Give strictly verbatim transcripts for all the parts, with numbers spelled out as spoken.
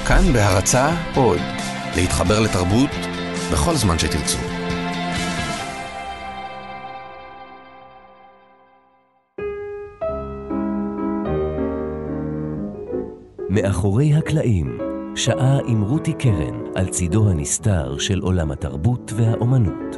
כאן בהרצאה עוד, להתחבר לתרבות בכל זמן שתרצו. מאחורי הקלעים, שעה עם רותי קרן על צידו הנסתר של עולם התרבות והאומנות.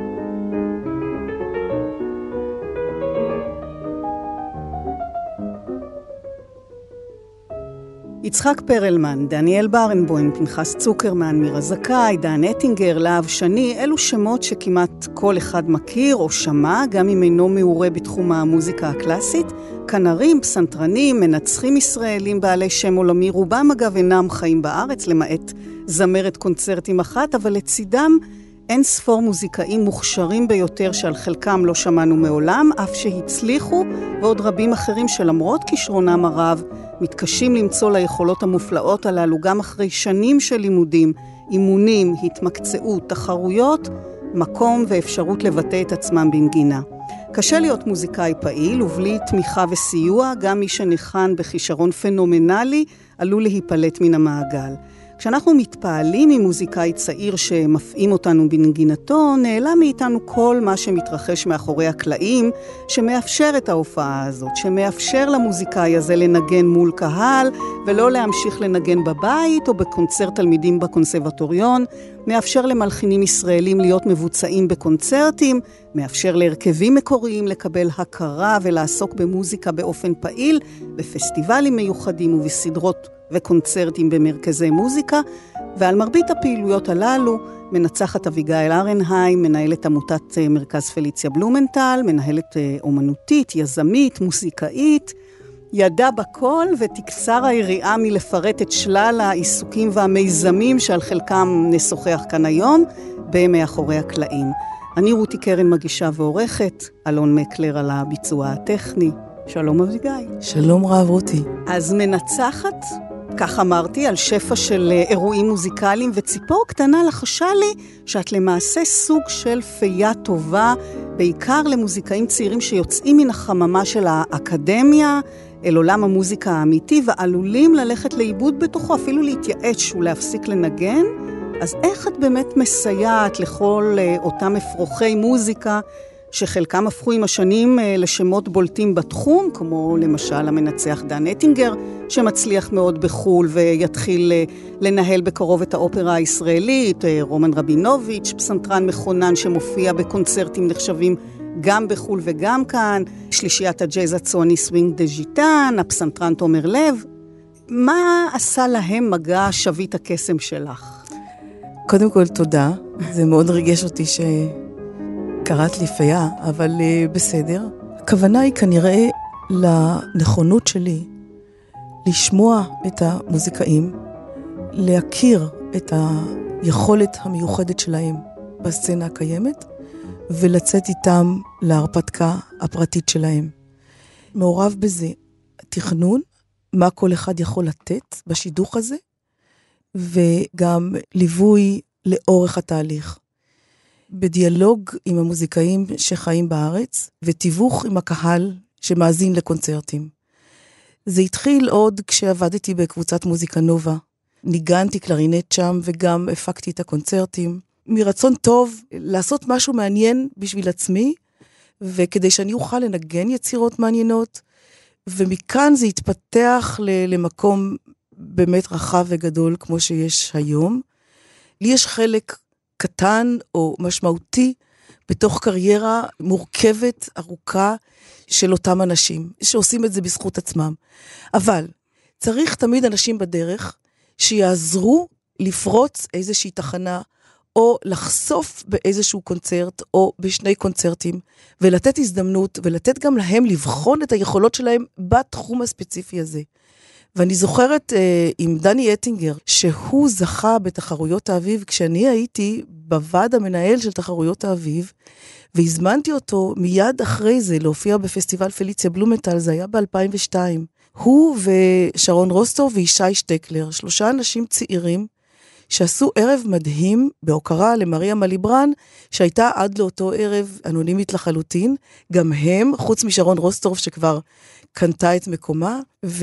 יצחק פרלמן, דניאל ברנבוים, פנחס צוקרמן, מירה זכאי, דן אטינגר, להב שני, אלו שמות שכמעט כל אחד מכיר או שמע, גם אם אינו מעורה בתחום המוזיקה הקלאסית. כנרים, פסנתרנים, מנצחים ישראלים בעלי שם עולמי, רובם אגב אינם חיים בארץ, למעט זמרת קונצרטים אחת, אבל לצידם אין ספור מוזיקאים מוכשרים ביותר שעל חלקם לא שמענו מעולם, אף שהצליחו, ועוד רבים אחרים שלמרות כישרונם הרב, מתקשים למצוא ליכולות המופלאות הללו גם אחרי שנים של לימודים, אימונים, התמקצעות, תחרויות, מקום ואפשרות לבטא את עצמם בנגינה. קשה להיות מוזיקאי פעיל, ובלי תמיכה וסיוע, גם מי שניחן בכישרון פנומנלי עלול להיפלט מן המעגל. כשאנחנו מתפעלים ממוזיקאי צעיר שמפעים אותנו בנגינתו, נעלם מאיתנו כל מה שמתרחש מאחורי הקלעים, שמאפשר את ההופעה הזאת, שמאפשר למוזיקאי הזה לנגן מול קהל, ולא להמשיך לנגן בבית או בקונצרט תלמידים בקונסרבטוריון, מאפשר למלחינים ישראלים להיות מבוצעים בקונצרטים, מאפשר להרכבים מקוריים לקבל הכרה ולעסוק במוזיקה באופן פעיל, בפסטיבלים מיוחדים ובסדרות וקונצרטים במרכזי מוזיקה, ועל מרבית הפעילויות הללו מנצחת אביגיל ארנהיים, מנהלת עמותת מרכז פליציה בלומנטל, מנהלת אומנותית, יזמית, מוזיקאית, ידע בכל ותקצר היריעה מלפרט את שלל העיסוקים והמיזמים שעל חלקם נשוחח כאן היום במאחורי הקלעים. אני רותי קרן מגישה ועורכת, אלון מקלר על הביצוע הטכני. שלום אביגיל. שלום רב רותי. אז מנצחת, כך אמרתי, על שפע של אירועים מוזיקליים, וציפור קטנה לחשה לי שאת למעשה סוג של פייה טובה, בעיקר למוזיקאים צעירים שיוצאים מן החממה של האקדמיה, אל עולם המוזיקה האמיתי, ועלולים ללכת לאיבוד בתוכו, אפילו להתייאש ולהפסיק לנגן. אז איך את באמת מסייעת לכל אותם אפרוחי מוזיקה, שחלקם הפכו עם השנים לשמות בולטים בתחום, כמו למשל המנצח דן אטינגר, שמצליח מאוד בחול ויתחיל לנהל בקרוב את האופרה הישראלית, רומן רבינוביץ', פסנתרן מכונן שמופיע בקונצרטים נחשבים גם בחול וגם כאן, שלישיית הג'אז הצועני סווינג דה ז'יטן, הפסנתרן תומר לב. מה עשה להם מגע שביט הקסם שלך? קודם כל תודה, זה מאוד ריגש אותי ש... קראת לי פייה, אבל uh, בסדר. הכוונה היא כנראה לנכונות שלי לשמוע את המוזיקאים, להכיר את היכולת המיוחדת שלהם בסצנה הקיימת, ולצאת איתם להרפתקה הפרטית שלהם. מעורב בזה תכנון, מה כל אחד יכול לתת בשידוך הזה, וגם ליווי לאורך התהליך. בדיאלוג עם המוזיקאים שחיים בארץ, ותיווך עם הקהל שמאזין לקונצרטים. זה התחיל עוד כשעבדתי בקבוצת מוזיקה נובה. ניגנתי קלרינט שם, וגם הפקתי את הקונצרטים. מרצון טוב לעשות משהו מעניין בשביל עצמי, וכדי שאני אוכל לנגן יצירות מעניינות, ומכאן זה התפתח למקום באמת רחב וגדול כמו שיש היום. לי יש חלק קטן או משמעותי בתוך קריירה מורכבת, ארוכה של אותם אנשים, שעושים את זה בזכות עצמם. אבל צריך תמיד אנשים בדרך שיעזרו לפרוץ איזושהי תחנה, או לחשוף באיזשהו קונצרט, או בשני קונצרטים, ולתת הזדמנות, ולתת גם להם לבחון את היכולות שלהם בתחום הספציפי הזה. ואני זוכרת אה, עם דני אטינגר, שהוא זכה בתחרויות האביב, כשאני הייתי בוועד המנהל של תחרויות האביב, והזמנתי אותו מיד אחרי זה להופיע בפסטיבל פליציה בלומנטל, זה היה ב-אלפיים ושתיים. הוא ושרון רוסטוב וישי שטקלר, שלושה אנשים צעירים, שעשו ערב מדהים בהוקרה למריה מליברן, שהייתה עד לאותו ערב אנונימית לחלוטין, גם הם, חוץ משרון רוסטוב שכבר קנתה את מקומה,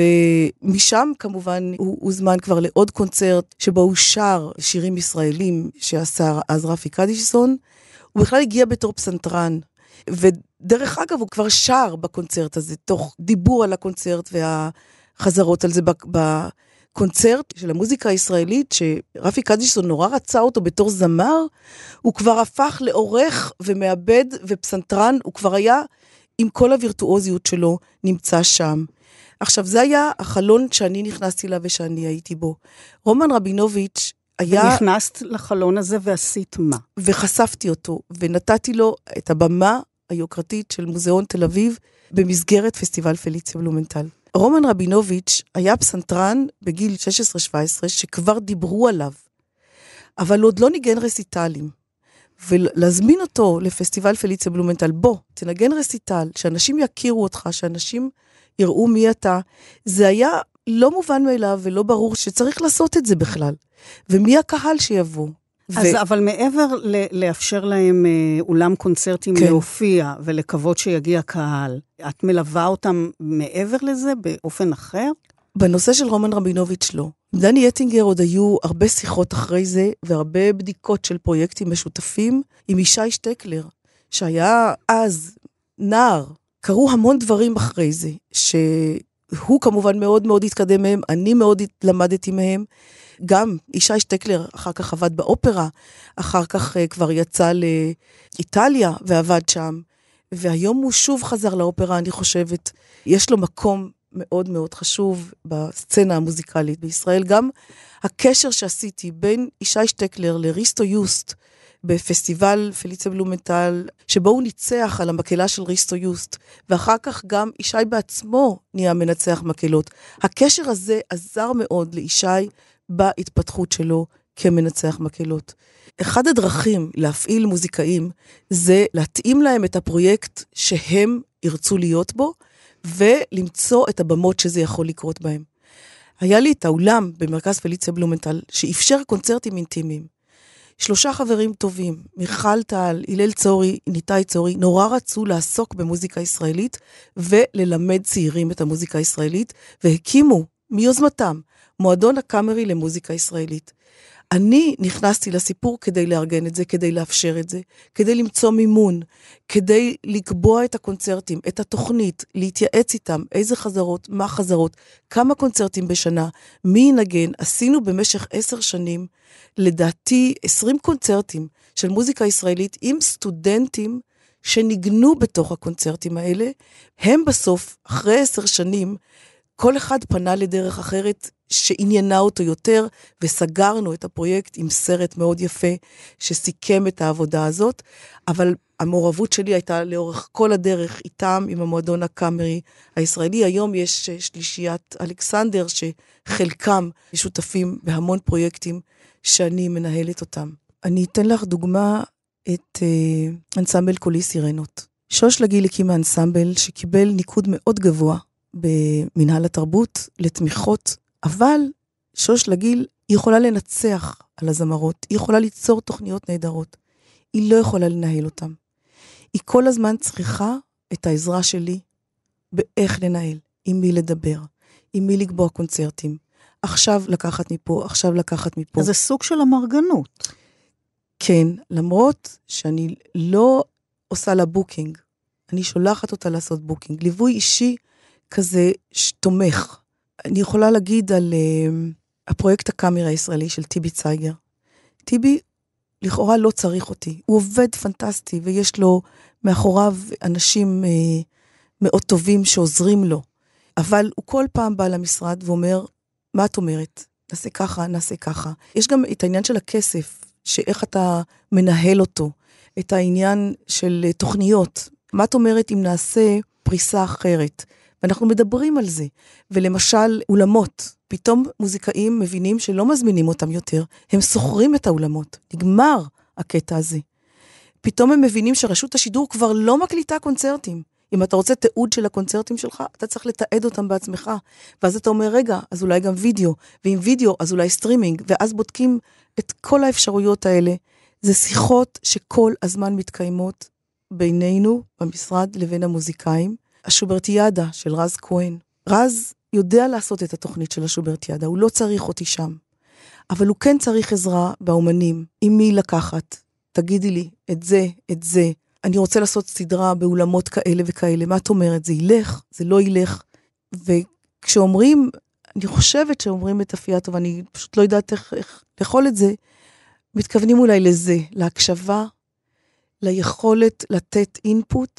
ומשם כמובן הוא הוזמן כבר לעוד קונצרט, שבו הוא שר שירים ישראלים שעשה אז רפי קדישסון, הוא בכלל הגיע בתור פסנתרן, ודרך אגב הוא כבר שר בקונצרט הזה, תוך דיבור על הקונצרט והחזרות על זה בקונצרט של המוזיקה הישראלית, שרפי קדישסון נורא רצה אותו בתור זמר, הוא כבר הפך לעורך ומעבד ופסנתרן, הוא כבר היה עם כל הווירטואוזיות שלו נמצא שם. עכשיו זה היה החלון שאני נכנסתי לה ושאני הייתי בו. רומן רבינוביץ' היה... נכנסת לחלון הזה ועשית מה? וחשפתי אותו, ונתתי לו את הבמה היוקרתית של מוזיאון תל אביב, במסגרת פסטיבל פליציה בלומנטל. רומן רבינוביץ' היה פסנתרן בגיל שש עשרה שבע עשרה, שכבר דיברו עליו, אבל עוד לא ניגן רסיטלים. ולהזמין אותו לפסטיבל פליציה בלומנטל, בוא, תנגן רסיטל, שאנשים יכירו אותך, שאנשים יראו מי אתה, זה היה לא מובן מאליו ולא ברור שצריך לעשות את זה בכלל. ומי הקהל שיבוא. אז ו... אבל מעבר ל- לאפשר להם אה, אולם קונצרטים כן. להופיע ולקוות שיגיע קהל, את מלווה אותם מעבר לזה באופן אחר? בנושא של רומן רבינוביץ' לא. דני אטינגר עוד היו הרבה שיחות אחרי זה, והרבה בדיקות של פרויקטים משותפים עם ישי שטקלר, שהיה אז נער. קרו המון דברים אחרי זה, שהוא כמובן מאוד מאוד התקדם מהם, אני מאוד למדתי מהם, גם ישי שטקלר אחר כך עבד באופרה, אחר כך כבר יצא לאיטליה ועבד שם, והיום הוא שוב חזר לאופרה, אני חושבת, יש לו מקום מאוד מאוד חשוב בסצנה המוזיקלית בישראל. גם הקשר שעשיתי בין ישי שטקלר לריסטו יוסט, בפסטיבל פליציה בלומנטל, שבו הוא ניצח על המקהלה של ריסטו יוסט, ואחר כך גם ישי בעצמו נהיה מנצח מקהלות. הקשר הזה עזר מאוד לישי בהתפתחות שלו כמנצח מקהלות. אחד הדרכים להפעיל מוזיקאים זה להתאים להם את הפרויקט שהם ירצו להיות בו, ולמצוא את הבמות שזה יכול לקרות בהם. היה לי את האולם במרכז פליציה בלומנטל, שאפשר קונצרטים אינטימיים. שלושה חברים טובים, מיכל טל, הלל צורי, ניתאי צורי, נורא רצו לעסוק במוזיקה ישראלית, וללמד צעירים את המוזיקה הישראלית, והקימו מיוזמתם מועדון הקאמרי למוזיקה ישראלית. אני נכנסתי לסיפור כדי לארגן את זה, כדי לאפשר את זה, כדי למצוא מימון, כדי לקבוע את הקונצרטים, את התוכנית, להתייעץ איתם, איזה חזרות, מה חזרות, כמה קונצרטים בשנה, מי ינגן. עשינו במשך עשר שנים, לדעתי עשרים קונצרטים של מוזיקה ישראלית עם סטודנטים שניגנו בתוך הקונצרטים האלה. הם בסוף, אחרי עשר שנים, כל אחד פנה לדרך אחרת שעניינה אותו יותר, וסגרנו את הפרויקט עם סרט מאוד יפה שסיכם את העבודה הזאת, אבל המעורבות שלי הייתה לאורך כל הדרך איתם, עם המועדון הקאמרי הישראלי. היום יש שלישיית אלכסנדר, שחלקם שותפים בהמון פרויקטים שאני מנהלת אותם. אני אתן לך דוגמה את אה, אנסמבל קולי סירנות. שוש לגיל הקימה אנסמבל שקיבל ניקוד מאוד גבוה במנהל התרבות לתמיכות, אבל שוש לגיל היא יכולה לנצח על הזמרות, היא יכולה ליצור תוכניות נהדרות, היא לא יכולה לנהל אותם. היא כל הזמן צריכה את העזרה שלי באיך לנהל, עם מי לדבר, עם מי לקבוע קונצרטים. עכשיו לקחת מפה, עכשיו לקחת מפה. אז זה סוג של המרגנות. כן, למרות שאני לא עושה לה בוקינג, אני שולחת אותה לעשות בוקינג, ליווי אישי כזה שתומך. אני יכולה להגיד על uh, הפרויקט הקאמרי הישראלי של טיבי צייגר. טיבי לכאורה לא צריך אותי, הוא עובד פנטסטי, ויש לו מאחוריו אנשים uh, מאוד טובים שעוזרים לו, אבל הוא כל פעם בא למשרד ואומר, מה את אומרת? נעשה ככה, נעשה ככה. יש גם את העניין של הכסף, שאיך אתה מנהל אותו, את העניין של תוכניות. מה את אומרת אם נעשה פריסה אחרת? ואנחנו מדברים על זה. ולמשל, אולמות. פתאום מוזיקאים מבינים שלא מזמינים אותם יותר. הם סוחרים את האולמות. נגמר הקטע הזה. פתאום הם מבינים שרשות השידור כבר לא מקליטה קונצרטים. אם אתה רוצה תיעוד של הקונצרטים שלך, אתה צריך לתעד אותם בעצמך. ואז אתה אומר, רגע, אז אולי גם וידאו. ועם וידאו, אז אולי סטרימינג. ואז בודקים את כל האפשרויות האלה. זה שיחות שכל הזמן מתקיימות בינינו, במשרד, לבין המוזיקאים. השוברטיאדה של רז כהן. רז יודע לעשות את התוכנית של השוברטיאדה, הוא לא צריך אותי שם. אבל הוא כן צריך עזרה באומנים, עם מי לקחת. תגידי לי, את זה, את זה. אני רוצה לעשות סדרה באולמות כאלה וכאלה. מה את אומרת? זה ילך? זה לא ילך? וכשאומרים, אני חושבת שאומרים את אפיית, אבל אני פשוט לא יודעת איך, איך לאכול את זה, מתכוונים אולי לזה, להקשבה, ליכולת לתת אינפוט,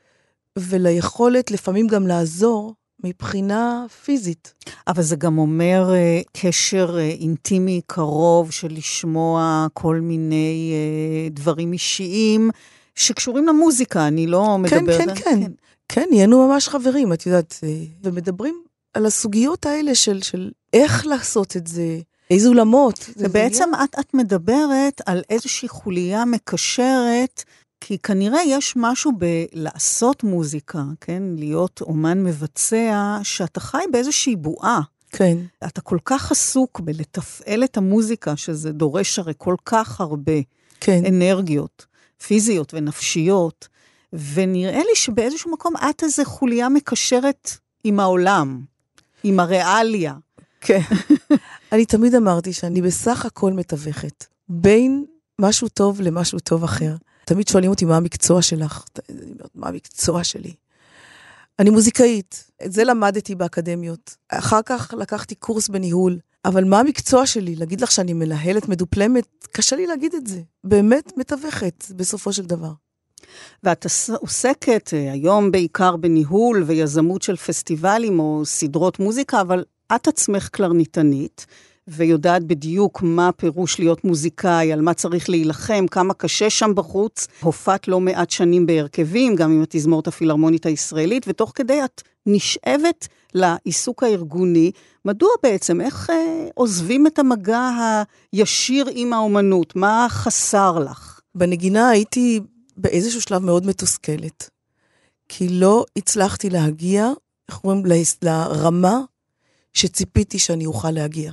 וליכולת לפעמים גם לעזור מבחינה פיזית. אבל זה גם אומר uh, קשר uh, אינטימי קרוב של לשמוע כל מיני uh, דברים אישיים שקשורים למוזיקה, אני לא מדברת. כן, כן, כן. כן, כן, נהיינו ממש חברים, את יודעת, ומדברים על הסוגיות האלה של, של איך לעשות את זה, איזה אולמות. ובעצם את, את מדברת על איזושהי חוליה מקשרת, כי כנראה יש משהו בלעשות מוזיקה, כן? להיות אומן מבצע, שאתה חי באיזושהי בועה. כן. אתה כל כך עסוק בלתפעל את המוזיקה, שזה דורש הרי כל כך הרבה כן. אנרגיות, פיזיות ונפשיות, ונראה לי שבאיזשהו מקום את איזו חוליה מקשרת עם העולם, עם הריאליה. כן. אני תמיד אמרתי שאני בסך הכל מתווכת, בין משהו טוב למשהו טוב אחר. תמיד שואלים אותי מה המקצוע שלך, מה המקצוע שלי. אני מוזיקאית, את זה למדתי באקדמיות. אחר כך לקחתי קורס בניהול, אבל מה המקצוע שלי? להגיד לך שאני מנהלת מדופלמת, קשה לי להגיד את זה. באמת מתווכת בסופו של דבר. ואת עוסקת היום בעיקר בניהול ויזמות של פסטיבלים או סדרות מוזיקה, אבל את עצמך קלרניתנית, ויודעת בדיוק מה פירוש להיות מוזיקאי, על מה צריך להילחם, כמה קשה שם בחוץ. הופעת לא מעט שנים בהרכבים, גם עם התזמורת הפילהרמונית הישראלית, ותוך כדי את נשאבת לעיסוק הארגוני. מדוע בעצם? איך אה, עוזבים את המגע הישיר עם האומנות? מה חסר לך? בנגינה הייתי באיזשהו שלב מאוד מתוסכלת, כי לא הצלחתי להגיע, איך אומרים, לרמה שציפיתי שאני אוכל להגיע.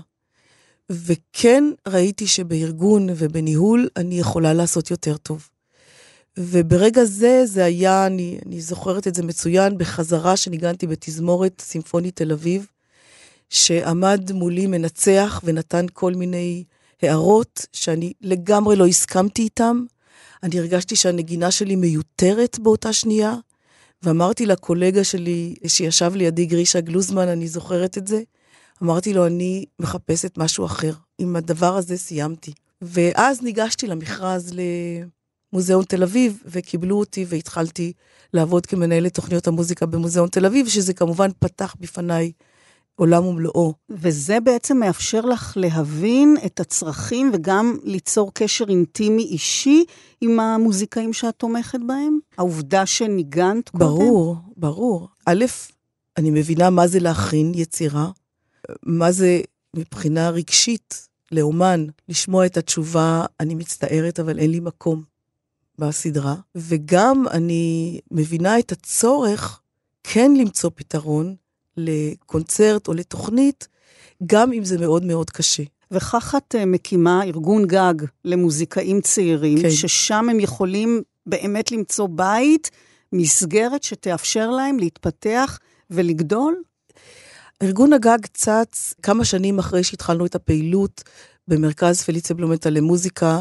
וכן ראיתי שבארגון ובניהול אני יכולה לעשות יותר טוב. וברגע זה, זה היה, אני, אני זוכרת את זה מצוין, בחזרה שניגנתי בתזמורת סימפונית תל אביב, שעמד מולי מנצח ונתן כל מיני הערות שאני לגמרי לא הסכמתי איתם. אני הרגשתי שהנגינה שלי מיותרת באותה שנייה, ואמרתי לקולגה שלי שישב לידי גרישה גלוזמן, אני זוכרת את זה, אמרתי לו, אני מחפשת משהו אחר. עם הדבר הזה סיימתי. ואז ניגשתי למכרז למוזיאון תל אביב, וקיבלו אותי והתחלתי לעבוד כמנהלת תוכניות המוזיקה במוזיאון תל אביב, שזה כמובן פתח בפניי עולם ומלואו. וזה בעצם מאפשר לך להבין את הצרכים, וגם ליצור קשר אינטימי אישי עם המוזיקאים שאת תומכת בהם? העובדה שניגנת קודם? ברור, ברור. א', אני מבינה מה זה להכין יצירה, מה זה מבחינה רגשית לאומן, לשמוע את התשובה, אני מצטערת, אבל אין לי מקום בסדרה. וגם אני מבינה את הצורך כן למצוא פתרון לקונצרט או לתוכנית, גם אם זה מאוד מאוד קשה. וכך את מקימה ארגון גג למוזיקאים צעירים, כן. ששם הם יכולים באמת למצוא בית, מסגרת שתאפשר להם להתפתח ולגדול? ארגון הגג צץ כמה שנים אחרי שהתחלנו את הפעילות במרכז פליציה בלומנטל למוזיקה,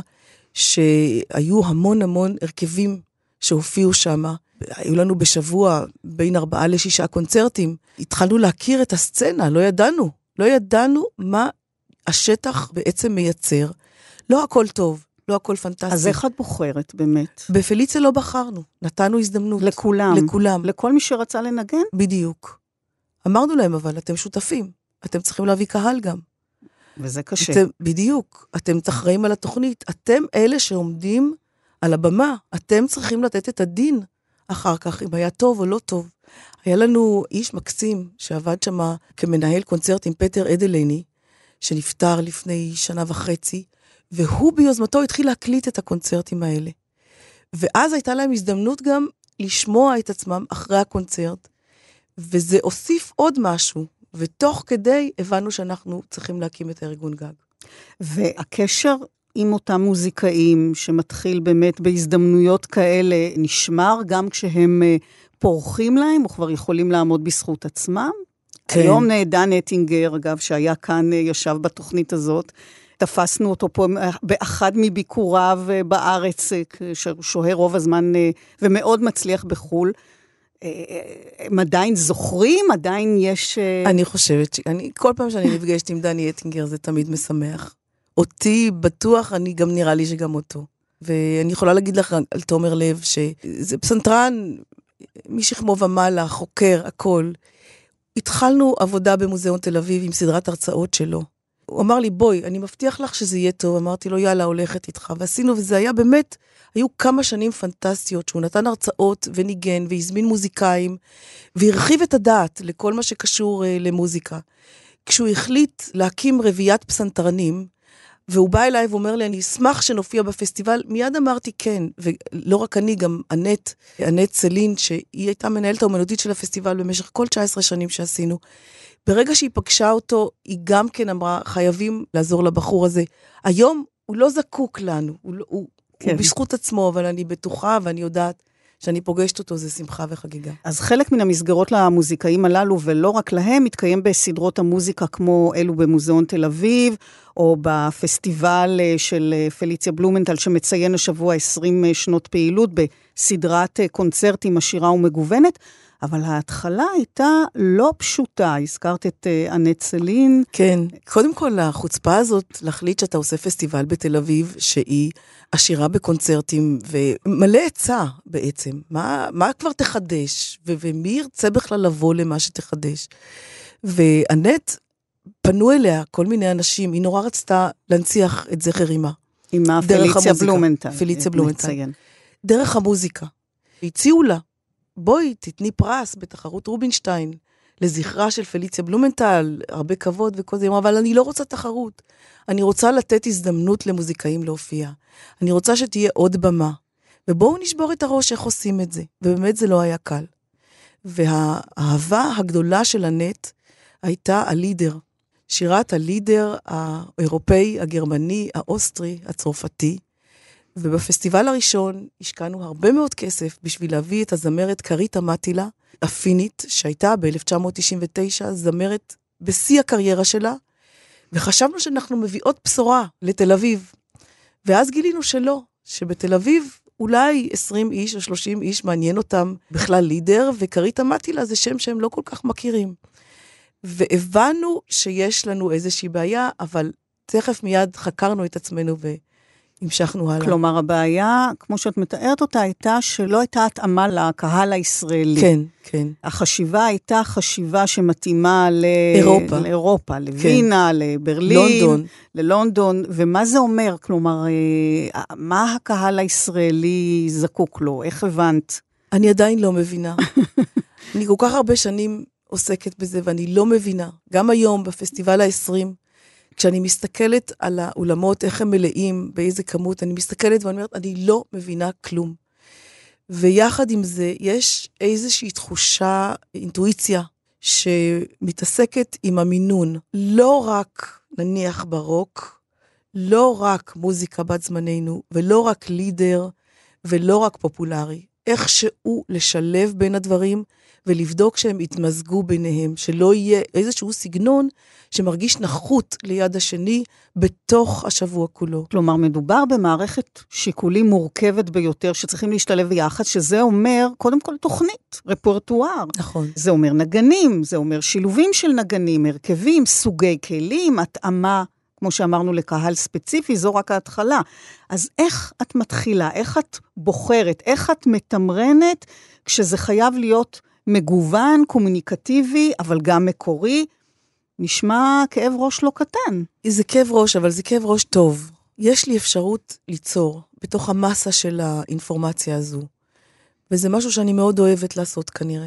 שהיו המון המון הרכבים שהופיעו שם. היו לנו בשבוע בין ארבעה לשישה קונצרטים. התחלנו להכיר את הסצנה, לא ידענו. לא ידענו מה השטח בעצם מייצר. לא הכל טוב, לא הכל פנטסטי. אז איך את בוחרת באמת? בפליציה לא בחרנו, נתנו הזדמנות. לכולם. לכולם. לכל מי שרצה לנגן? בדיוק. אמרנו להם, אבל אתם שותפים, אתם צריכים להביא קהל גם. וזה קשה. אתם, בדיוק, אתם תחראים על התוכנית, אתם אלה שעומדים על הבמה, אתם צריכים לתת את הדין אחר כך, אם היה טוב או לא טוב. היה לנו איש מקסים שעבד שם כמנהל קונצרט עם פטר אדלני, שנפטר לפני שנה וחצי, והוא ביוזמתו התחיל להקליט את הקונצרטים האלה. ואז הייתה להם הזדמנות גם לשמוע את עצמם אחרי הקונצרט, וזה הוסיף עוד משהו, ותוך כדי הבנו שאנחנו צריכים להקים את הארגון גג. והקשר עם אותם מוזיקאים שמתחיל באמת בהזדמנויות כאלה, נשמר גם כשהם פורחים להם, או כבר יכולים לעמוד בזכות עצמם. כן. היום דן אטינגר, אגב, שהיה כאן, ישב בתוכנית הזאת, תפסנו אותו פה באחד מביקוריו בארץ, שהוא שוהה רוב הזמן ומאוד מצליח בחול. הם עדיין זוכרים? עדיין יש... אני חושבת, אני, כל פעם שאני נפגשת עם דני אטינגר, זה תמיד משמח. אותי בטוח, אני גם נראה לי שגם אותו. ואני יכולה להגיד לך על תומר לב, שזה פסנתרן, משכמו ומעלה, חוקר, הכל. התחלנו עבודה במוזיאון תל אביב עם סדרת הרצאות שלו. הוא אמר לי, בואי, אני מבטיח לך שזה יהיה טוב. אמרתי לו, יאללה, הולכת איתך. ועשינו, וזה היה באמת, היו כמה שנים פנטסטיות, שהוא נתן הרצאות וניגן, והזמין מוזיקאים, והרחיב את הדעת לכל מה שקשור uh, למוזיקה. כשהוא החליט להקים רביית פסנתרנים, והוא בא אליי ואומר לי, אני אשמח שנופיע בפסטיבל, מיד אמרתי כן, ולא רק אני, גם ענת, ענת צלין, שהיא הייתה מנהלת האומנותית של הפסטיבל במשך כל תשע עשרה שנים שעשינו. ברגע שהיא פגשה אותו, היא גם כן אמרה, חייבים לעזור לבחור הזה. היום הוא לא זקוק לנו, הוא, הוא, כן. הוא בזכות עצמו, אבל אני בטוחה ואני יודעת שאני פוגשת אותו, זה שמחה וחגיגה. אז חלק מן המסגרות למוזיקאים הללו, ולא רק להם, מתקיים בסדרות המוזיקה כמו אלו במוזיאון תל אביב, או בפסטיבל של פליציה בלומנטל, שמציין השבוע עשרים שנות פעילות, בסדרת קונצרטים עשירה ומגוונת, אבל ההתחלה הייתה לא פשוטה. הזכרת את ענת צלין. כן, קודם כל החוצפה הזאת, להחליט שאתה עושה פסטיבל בתל אביב, שהיא עשירה בקונצרטים, ומלא עצה בעצם. מה, מה כבר תחדש? ו- ומי ירצה בכלל לבוא למה שתחדש? וענת, פנו אליה כל מיני אנשים, היא נורא רצתה להנציח את זכר אימה. עם הפליציה בלומנטל. פליציה בלומנטל. דרך המוזיקה. הציעו לה, בואי, תתני פרס בתחרות רובינשטיין, לזכרה של פליציה בלומנטל, הרבה כבוד וכל זה, אבל אני לא רוצה תחרות. אני רוצה לתת הזדמנות למוזיקאים להופיע. אני רוצה שתהיה עוד במה. ובואו נשבור את הראש איך עושים את זה. ובאמת זה לא היה קל. והאהבה הגדולה של ענת הייתה הלידר. שירת הלידר האירופאי, הגרמני, האוסטרי, הצרפתי. ובפסטיבל הראשון השקענו הרבה מאוד כסף בשביל להביא את הזמרת קריטה מטילה, הפינית, שהייתה ב-אלף תשע מאות תשעים ותשע, זמרת בשיא הקריירה שלה, וחשבנו שאנחנו מביאות בשורה לתל אביב. ואז גילינו שלא, שבתל אביב אולי עשרים איש או שלושים איש מעניין אותם בכלל לידר, וקריטה מטילה זה שם שהם לא כל כך מכירים. והבנו שיש לנו איזושהי בעיה, אבל תכף מיד חקרנו את עצמנו ו... המשכנו הלאה. כלומר, הבעיה, כמו שאת מתארת אותה, הייתה שלא הייתה התאמה לקהל הישראלי. כן, כן. החשיבה הייתה חשיבה שמתאימה לאירופה, לאירופה, לווינה, כן. לברלין, לונדון. ללונדון, ומה זה אומר? כלומר, מה הקהל הישראלי זקוק לו? איך הבנת? אני עדיין לא מבינה. אני כל כך הרבה שנים עוסקת בזה, ואני לא מבינה. גם היום, בפסטיבל ה-עשרים, כשאני מסתכלת על האולמות, איך הם מלאים, באיזה כמות, אני מסתכלת ואני אומרת, אני לא מבינה כלום. ויחד עם זה, יש איזושהי תחושה, אינטואיציה, שמתעסקת עם המינון. לא רק נניח ברוק, לא רק מוזיקה בת זמננו, ולא רק לידר, ולא רק פופולרי. איכשהו לשלב בין הדברים, ולבדוק שהם יתמזגו ביניהם, שלא יהיה איזשהו סגנון שמרגיש נחות ליד השני בתוך השבוע כולו. כלומר, מדובר במערכת שיקולים מורכבת ביותר, שצריכים להשתלב ביחד, שזה אומר, קודם כל, תוכנית, רפרטואר. נכון. זה אומר נגנים, זה אומר שילובים של נגנים, הרכבים, סוגי כלים, התאמה, כמו שאמרנו, לקהל ספציפי, זו רק ההתחלה. אז איך את מתחילה? איך את בוחרת? איך את מתמרנת כשזה חייב להיות מגוון, קומוניקטיבי, אבל גם מקורי? נשמע כאב ראש לא קטן. זה כאב ראש, אבל זה כאב ראש טוב. יש לי אפשרות ליצור בתוך המסה של האינפורמציה הזו. וזה משהו שאני מאוד אוהבת לעשות כנראה.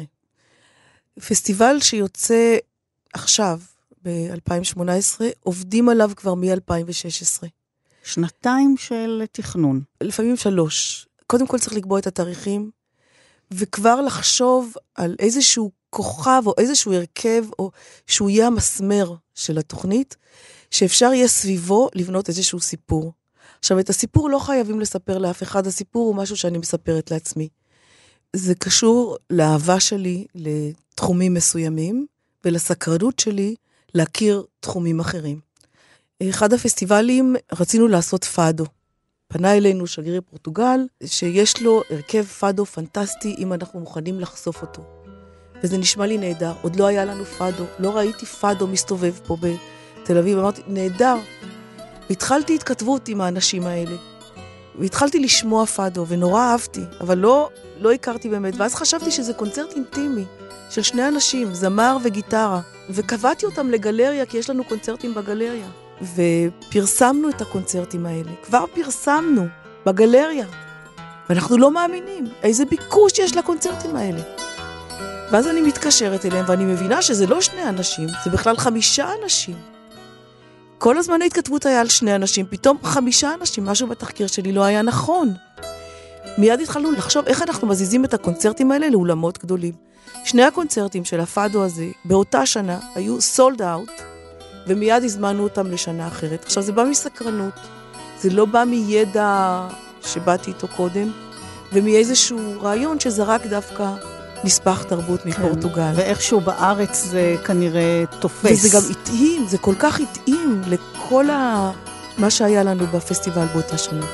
פסטיבל שיוצא עכשיו, ב-אלפיים שמונה עשרה, עובדים עליו כבר מ-אלפיים ושש עשרה. שנתיים של תכנון. לפעמים שלוש. קודם כל צריך לקבוע את התאריכים, וכבר לחשוב על איזשהו כוכב, או איזשהו הרכב, או שהוא יהיה המסמר של התוכנית, שאפשר יהיה סביבו לבנות איזשהו סיפור. עכשיו, את הסיפור לא חייבים לספר לאף אחד, הסיפור הוא משהו שאני מספרת לעצמי. זה קשור לאהבה שלי לתחומים מסוימים, ולסקרנות שלי להכיר תחומים אחרים. אחד הפסטיבלים רצינו לעשות פאדו. פנה אלינו שגריר פורטוגל, שיש לו הרכב פאדו פנטסטי, אם אנחנו מוכנים לחשוף אותו. וזה נשמע לי נהדר. עוד לא היה לנו פאדו, לא ראיתי פאדו מסתובב פה בתל אביב. אמרתי, נהדר. והתחלתי התכתבות עם האנשים האלה. והתחלתי לשמוע פאדו, ונורא אהבתי, אבל לא, לא הכרתי באמת. ואז חשבתי שזה קונצרט אינטימי, של שני אנשים, זמר וגיטרה. וקבעתי אותם לגלריה, כי יש לנו קונצרטים בגלריה. ופרסמנו את הקונצרטים האלה. כבר פרסמנו בגלריה. ואנחנו לא מאמינים איזה ביקוש יש לקונצרטים האלה. ואז אני מתקשרת אליהם, ואני מבינה שזה לא שני אנשים, זה בכלל חמישה אנשים. כל הזמן ההתכתבות היה על שני אנשים, פתאום חמישה אנשים, משהו בתחקיר שלי לא היה נכון. מיד התחלנו לחשוב איך אנחנו מזיזים את הקונצרטים האלה לאולמות גדולים. שני הקונצרטים של הפאדו הזה, באותה שנה, היו סולד אאוט, ומיד הזמנו אותם לשנה אחרת. עכשיו, זה בא מסקרנות, זה לא בא מידע שבאתי איתו קודם, ומאיזשהו רעיון שזרק דווקא נספח תרבות מפורטוגל. ואיכשהו בארץ זה כנראה תופס. וזה גם התאים, זה כל כך התאים לכל ה... מה שהיה לנו בפסטיבל באותה שנה.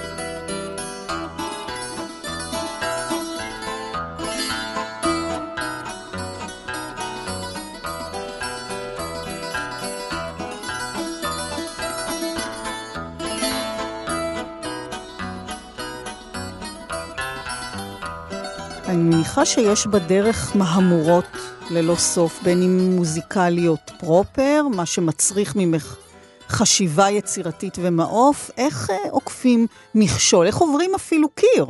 אני מניחה שיש בדרך מהמורות ללא סוף, בין אם מוזיקליות פרופר, מה שמצריך ממך חשיבה יצירתית ומעוף, איך עוקפים מכשול, איך עוברים אפילו קיר?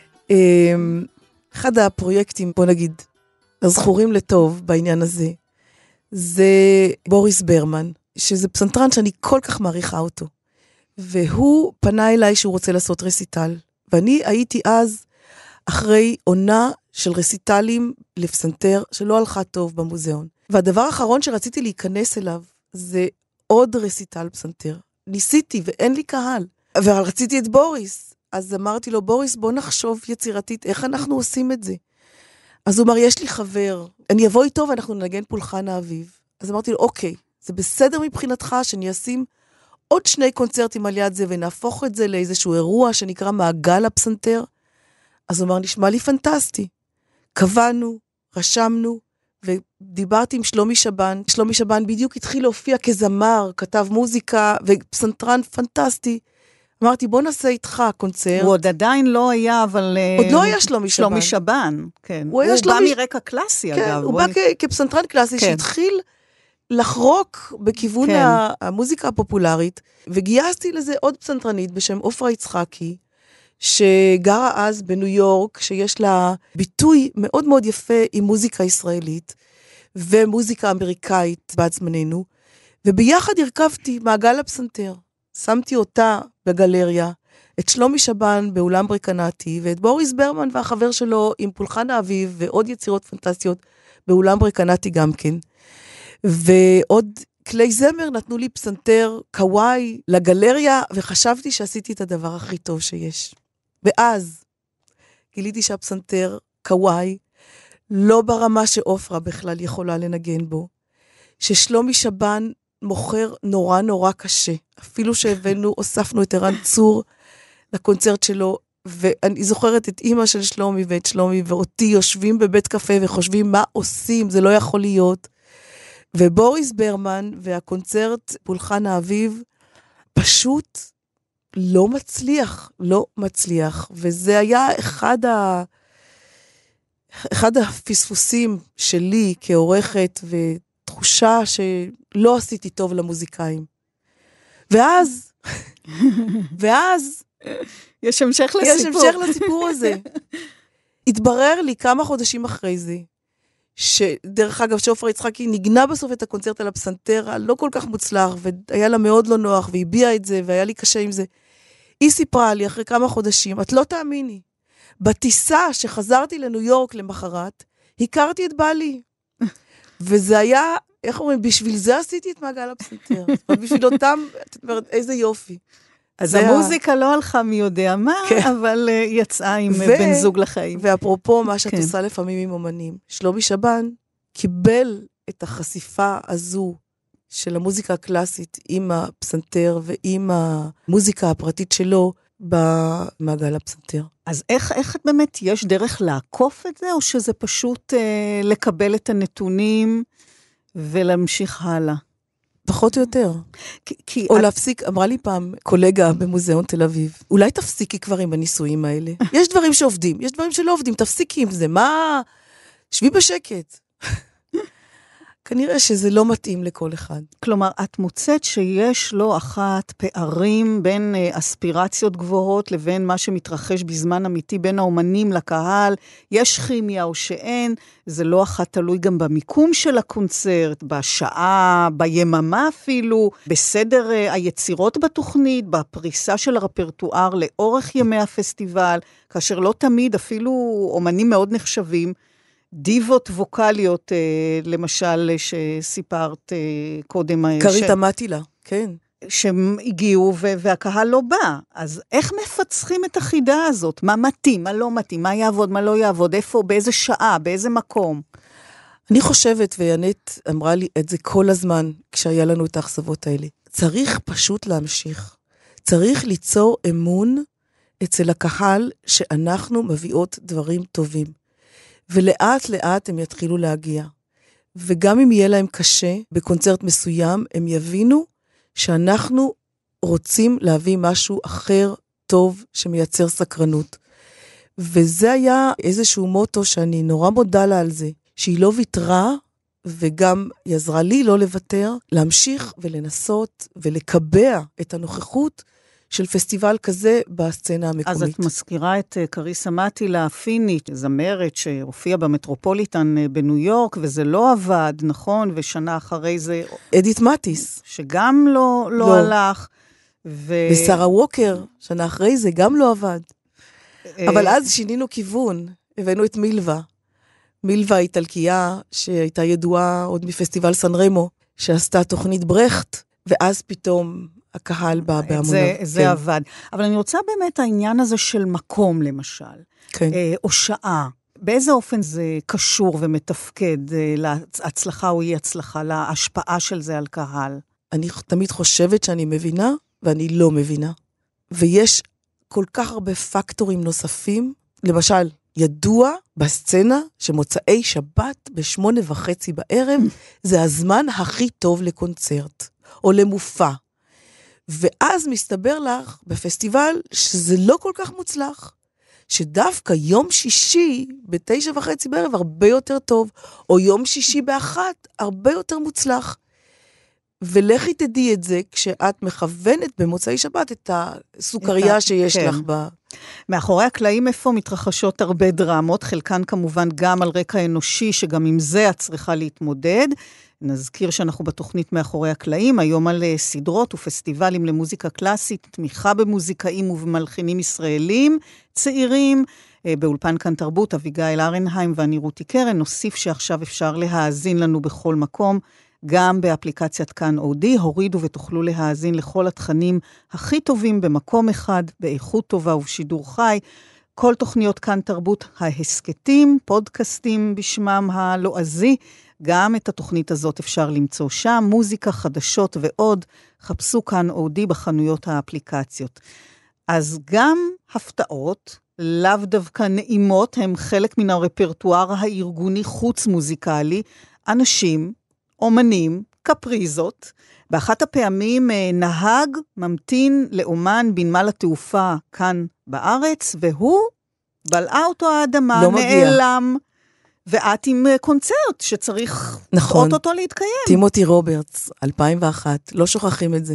אחד הפרויקטים, בוא נגיד, הזכורים לטוב בעניין הזה, זה בוריס ברמן, שזה פסנתרן שאני כל כך מעריכה אותו. והוא פנה אליי שהוא רוצה לעשות רסיטל, ואני הייתי אז אחרי עונה של רסיטלים לפסנתר שלא הלכה טוב במוזיאון. והדבר האחרון שרציתי להיכנס אליו זה עוד רסיטל פסנתר. ניסיתי ואין לי קהל. ורציתי את בוריס. אז אמרתי לו, בוריס, בוא נחשוב יצירתית איך אנחנו עושים את זה. אז הוא אמר, יש לי חבר, אני אבוא איתו ואנחנו נגן פולחן האביב. אז אמרתי לו, אוקיי, זה בסדר מבחינתך שאני אשים עוד שני קונצרטים על יד זה ונהפוך את זה לאיזשהו אירוע שנקרא מעגל הפסנתר. אז הוא אמר, נשמע לי פנטסטי. קבענו, רשמנו, ודיברתי עם שלומי שבן. שלומי שבן בדיוק התחיל להופיע כזמר, כתב מוזיקה, ופסנתרן פנטסטי. אמרתי, בוא נעשה איתך קונצרט. הוא עוד עדיין לא היה, אבל... עוד לא היה שלומי שבן. שלומי שבן, כן. הוא, הוא שלומי... בא מרקע קלאסי, כן, אגב. הוא בא נ... כפסנתרן קלאסי, כן. שהתחיל לחרוק בכיוון כן. המוזיקה הפופולרית, וגייסתי לזה עוד פסנתרנית בשם אופרה יצחקי, שגרה אז בניו יורק, שיש לה ביטוי מאוד מאוד יפה עם מוזיקה ישראלית, ומוזיקה אמריקאית בעד זמננו, וביחד הרכבתי מעגל הפסנתר. שמתי אותה בגלריה, את שלומי שבן באולם ברקנטי, ואת בוריס ברמן והחבר שלו עם פולחן האביב, ועוד יצירות פנטסטיות באולם ברקנטי גם כן. ועוד כלי זמר נתנו לי פסנתר קוואי לגלריה, וחשבתי שעשיתי את הדבר הכי טוב שיש. ואז גיליתי שהפסנתר קוואי לא ברמה שאופרה בכלל יכולה לנגן בו, ששלומי שבן מוכר נורא נורא קשה, אפילו שהבאנו, הוספנו את ערן צור לקונצרט שלו, ואני זוכרת את אמא של שלומי ואת שלומי ואותי יושבים בבית קפה וחושבים מה עושים, זה לא יכול להיות. ובוריס ברמן והקונצרט פולחן האביב פשוט לא מצליח, לא מצליח, וזה היה אחד ה... אחד הפספוסים שלי כעורכת ותחושה שלא עשיתי טוב למוזיקאים. ואז, ואז, יש המשך לסיפור. יש המשך לסיפור הזה. התברר לי כמה חודשים אחרי זה, שדרך אגב שאופרה יצחקי נגנה בסוף את הקונצרט על הפסנתר, הלא כל כך מוצלח, והיה לה מאוד לא נוח, והביעה את זה, והיה לי קשה עם זה. היא סיפרה לי אחרי כמה חודשים, את לא תאמיני, בטיסה שחזרתי לניו יורק למחרת, הכרתי את בעלי. וזה היה, איך אומרים, בשביל זה עשיתי את מעגל הפסנתר. בשביל אותם, את אומרת, איזה יופי. אז המוזיקה לא הלכה מי יודע מה, אבל יצאה עם בן זוג לחיים. ואפרופו מה שאת עושה לפעמים עם אומנים, שלומי שבן קיבל את החשיפה הזו של המוזיקה הקלאסית עם הפסנתר ועם המוזיקה הפרטית שלו במעגל הפסנתר. אז איך, איך באמת יש דרך לעקוף את זה, או שזה פשוט אה, לקבל את הנתונים ולהמשיך הלאה? פחות או יותר. כי, כי או את... להפסיק, אמרה לי פעם קולגה במוזיאון תל אביב, אולי תפסיקי כבר עם הניסויים האלה. יש דברים שעובדים, יש דברים שלא עובדים, תפסיקי עם זה. מה? שבי בשקט. כנראה שזה לא מתאים לכל אחד. כלומר, את מוצאת שיש לא אחת פערים בין אה, אספירציות גבוהות לבין מה שמתרחש בזמן אמיתי בין האומנים לקהל, יש כימיה או שאין, זה לא אחת תלוי גם במיקום של הקונצרט, בשעה, ביממה אפילו, בסדר אה, היצירות בתוכנית, בפריסה של הרפרטואר לאורך ימי הפסטיבל, כאשר לא תמיד אפילו אומנים מאוד נחשבים, דיבות ווקליות, למשל, שסיפרת קודם. קריטה מטילה, כן. שהם הגיעו והקהל לא בא. אז איך מפצחים את החידה הזאת? מה מתאים, מה לא מתאים, מה יעבוד, מה לא יעבוד, איפה, באיזה שעה, באיזה מקום? אני חושבת, ויאנט אמרה לי את זה כל הזמן, כשהיה לנו את האכזבות האלה. צריך פשוט להמשיך. צריך ליצור אמון אצל הקהל שאנחנו מביאות דברים טובים. ולאט לאט הם יתחילו להגיע. וגם אם יהיה להם קשה בקונצרט מסוים, הם יבינו שאנחנו רוצים להביא משהו אחר טוב שמייצר סקרנות. וזה היה איזשהו מוטו שאני נורא מודה לה על זה, שהיא לא ויתרה, וגם היא עזרה לי לא לוותר, להמשיך ולנסות ולקבע את הנוכחות של פסטיבל כזה בסצנה המקומית. אז את מזכירה את קריסה מטילה הפינית, זמרת שהופיעה במטרופוליטן בניו יורק, וזה לא עבד, נכון? ושנה אחרי זה... אדית מטיס. שגם לא, לא, לא. הלך. ו... ושרה ווקר, שנה אחרי זה גם לא עבד. אבל אז שינינו כיוון, הבאנו את מילווה. מילווה איטלקייה, שהייתה ידועה עוד מפסטיבל סן רמו, שעשתה תוכנית ברכט, ואז פתאום... הקהל בא בהמונו. זה, זה כן. עבד. אבל אני רוצה באמת העניין הזה של מקום, למשל. כן. אה, או שעה. באיזה אופן זה קשור ומתפקד אה, להצלחה או אי הצלחה, להשפעה של זה על קהל? אני תמיד חושבת שאני מבינה, ואני לא מבינה. ויש כל כך הרבה פקטורים נוספים. למשל, ידוע בסצנה שמוצאי שבת בשמונה וחצי בערב, זה הזמן הכי טוב לקונצרט, או למופע. ואז מסתבר לך בפסטיבל שזה לא כל כך מוצלח, שדווקא יום שישי בתשע וחצי בערב הרבה יותר טוב, או יום שישי באחת הרבה יותר מוצלח. ולכי תדעי את זה כשאת מכוונת במוצאי שבת את הסוכריה שיש כן. לך בה. מאחורי הקלעים איפה מתרחשות הרבה דרמות, חלקן כמובן גם על רקע אנושי, שגם עם זה את צריכה להתמודד. נזכיר שאנחנו בתוכנית מאחורי הקלעים, היום על סדרות ופסטיבלים למוזיקה קלאסית, תמיכה במוזיקאים ובמלחינים ישראלים, צעירים, באולפן כאן תרבות, אביגיל ארנהיים ואני רותי קרן, נוסיף שעכשיו אפשר להאזין לנו בכל מקום, גם באפליקציית כאן אודי, הורידו ותוכלו להאזין לכל התכנים הכי טובים במקום אחד, באיכות טובה ובשידור חי, כל תוכניות כאן תרבות ההסקטים, פודקאסטים בשמם הלועזי, גם את התוכנית הזאת אפשר למצוא שם, מוזיקה, חדשות ועוד, חפשו כאן אודי בחנויות האפליקציות. אז גם הפתעות, לאו דווקא נעימות, הם חלק מן הרפרטואר הארגוני חוץ מוזיקלי, אנשים, אומנים, קפריזות, באחת הפעמים נהג ממתין לאומן בנמל התעופה כאן בארץ, והוא בלעה אותו האדמה, לא נעלם, מגיע. ואת עם קונצרט שצריך נכון. לראות אותו להתקיים. טימותי רוברטס, אלפיים ואחת, לא שוכחים את זה.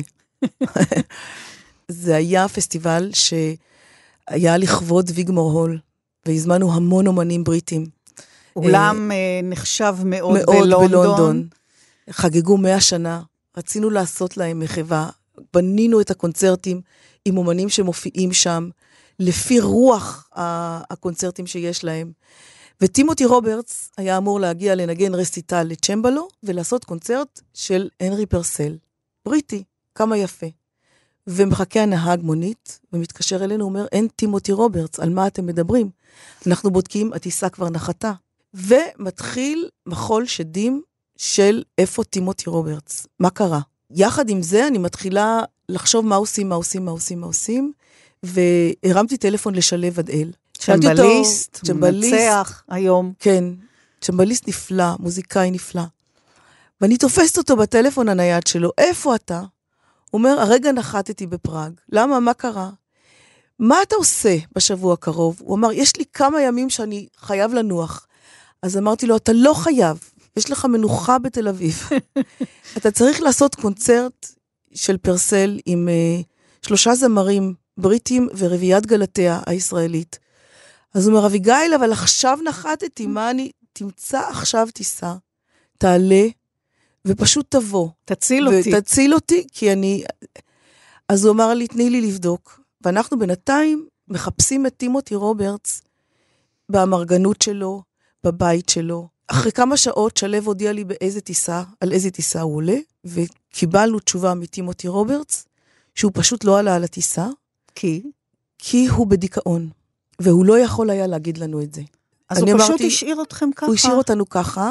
זה היה פסטיבל שהיה לכבוד ויגמור הול, והזמנו המון אומנים בריטים. אולם נחשב מאוד, מאוד בלונדון. בלונדון. חגגו מאה שנה, רצינו לעשות להם מחווה, בנינו את הקונצרטים עם אומנים שמופיעים שם, לפי רוח הקונצרטים שיש להם. וטימותי רוברטס היה אמור להגיע לנגן רסיטל לצ'מבלו, ולעשות קונצרט של הנרי פרסל, בריטי, כמה יפה. ומחכה הנהג מונית, ומתקשר אלינו, אומר, אין טימותי רוברטס, על מה אתם מדברים? אנחנו בודקים, הטיסה כבר נחתה. ומתחיל מחול שדים של איפה טימותי רוברטס. מה קרה? יחד עם זה אני מתחילה לחשוב מה עושים, מה עושים, מה עושים, מה עושים, והרמתי טלפון לשלב עדאל. צ'מבליסט, מנצח היום. כן, צ'מבליסט נפלא, מוזיקאי נפלא. ואני תופסת אותו בטלפון הנייד שלו, איפה אתה? הוא אומר, הרגע נחתתי בפראג. למה? מה קרה? מה אתה עושה בשבוע הקרוב? הוא אמר, יש לי כמה ימים שאני חייב לנוח. אז אמרתי לו, אתה לא חייב. יש לך מנוחה בתל אביב. אתה צריך לעשות קונצרט של פרסל עם uh, שלושה זמרים בריטים ורביעיית גלתיה הישראלית. אז הוא אומר, אביגיל, אבל עכשיו נחתתי, מה אני... תמצא עכשיו טיסה, תעלה, ופשוט תבוא. תציל אותי. ותציל אותי, כי אני... אז הוא אמר לי, תני לי לבדוק. ואנחנו בינתיים מחפשים את טימותי רוברטס באמרגנות שלו, בבית שלו. אחרי כמה שעות שלב הודיע לי באיזה טיסה, על איזה טיסה הוא עולה, וקיבלנו תשובה מטימותי רוברטס, שהוא פשוט לא עלה על הטיסה. כי? כי הוא בדיכאון, והוא לא יכול היה להגיד לנו את זה. אז הוא פשוט השאיר אתכם ככה? הוא השאיר אותנו ככה,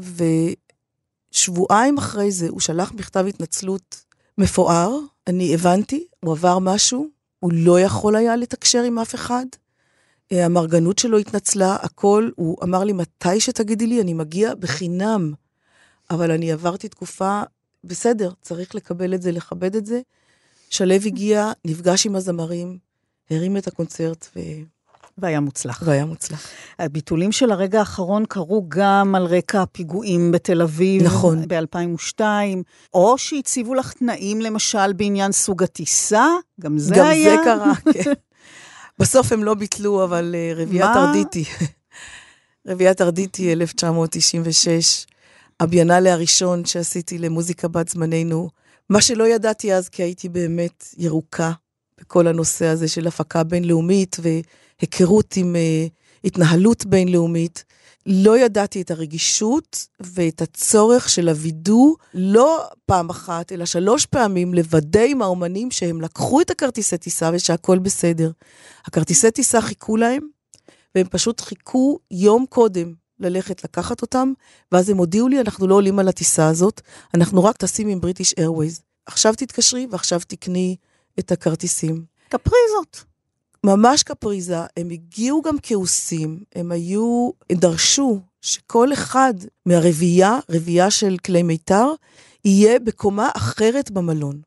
ושבועיים אחרי זה הוא שלח מכתב התנצלות מפואר, אני הבנתי, הוא עבר משהו, הוא לא יכול היה לתקשר עם אף אחד, המרגנות שלו התנצלה, הכל, הוא אמר לי, מתי שתגידי לי, אני מגיע בחינם, אבל אני עברתי תקופה, בסדר, צריך לקבל את זה, לכבד את זה, שלב הגיע, נפגש עם הזמרים, הרים את הקונצרט ו... והיה מוצלח. והיה מוצלח. הביטולים של הרגע האחרון קרו גם על רקע הפיגועים בתל אביב. נכון. ב-אלפיים ושתיים, או שהציבו לך תנאים, למשל, בעניין סוג הטיסה, גם זה גם היה. גם זה קרה, כן. בסוף הם לא ביטלו, אבל uh, רביעיית ארדיטי. רביעיית ארדיטי, אלף תשע מאות תשעים ושש, הביאנלה הראשון שעשיתי למוזיקה בת זמננו, מה שלא ידעתי אז, כי הייתי באמת ירוקה, בכל הנושא הזה של הפקה בינלאומית, והיכרות עם uh, התנהלות בינלאומית, לא ידעתי את הרגישות, ואת הצורך של הוידוא, לא פעם אחת, אלא שלוש פעמים, לוודא עם האומנים שהם לקחו את הכרטיסי טיסה, ושהכל בסדר. הכרטיסי טיסה חיכו להם, והם פשוט חיכו יום קודם ללכת לקחת אותם, ואז הם הודיעו לי, אנחנו לא עולים על הטיסה הזאת, אנחנו רק טסים עם בריטיש איירווייז. עכשיו תתקשרי, ועכשיו תקני את הכרטיסים. קפריזות. ממש קפריזה, הם הגיעו גם כעוסים, הם היו, הם דרשו שכל אחד מהרביעייה, רביעייה של כלי מיתר, יהיה בקומה אחרת במלון.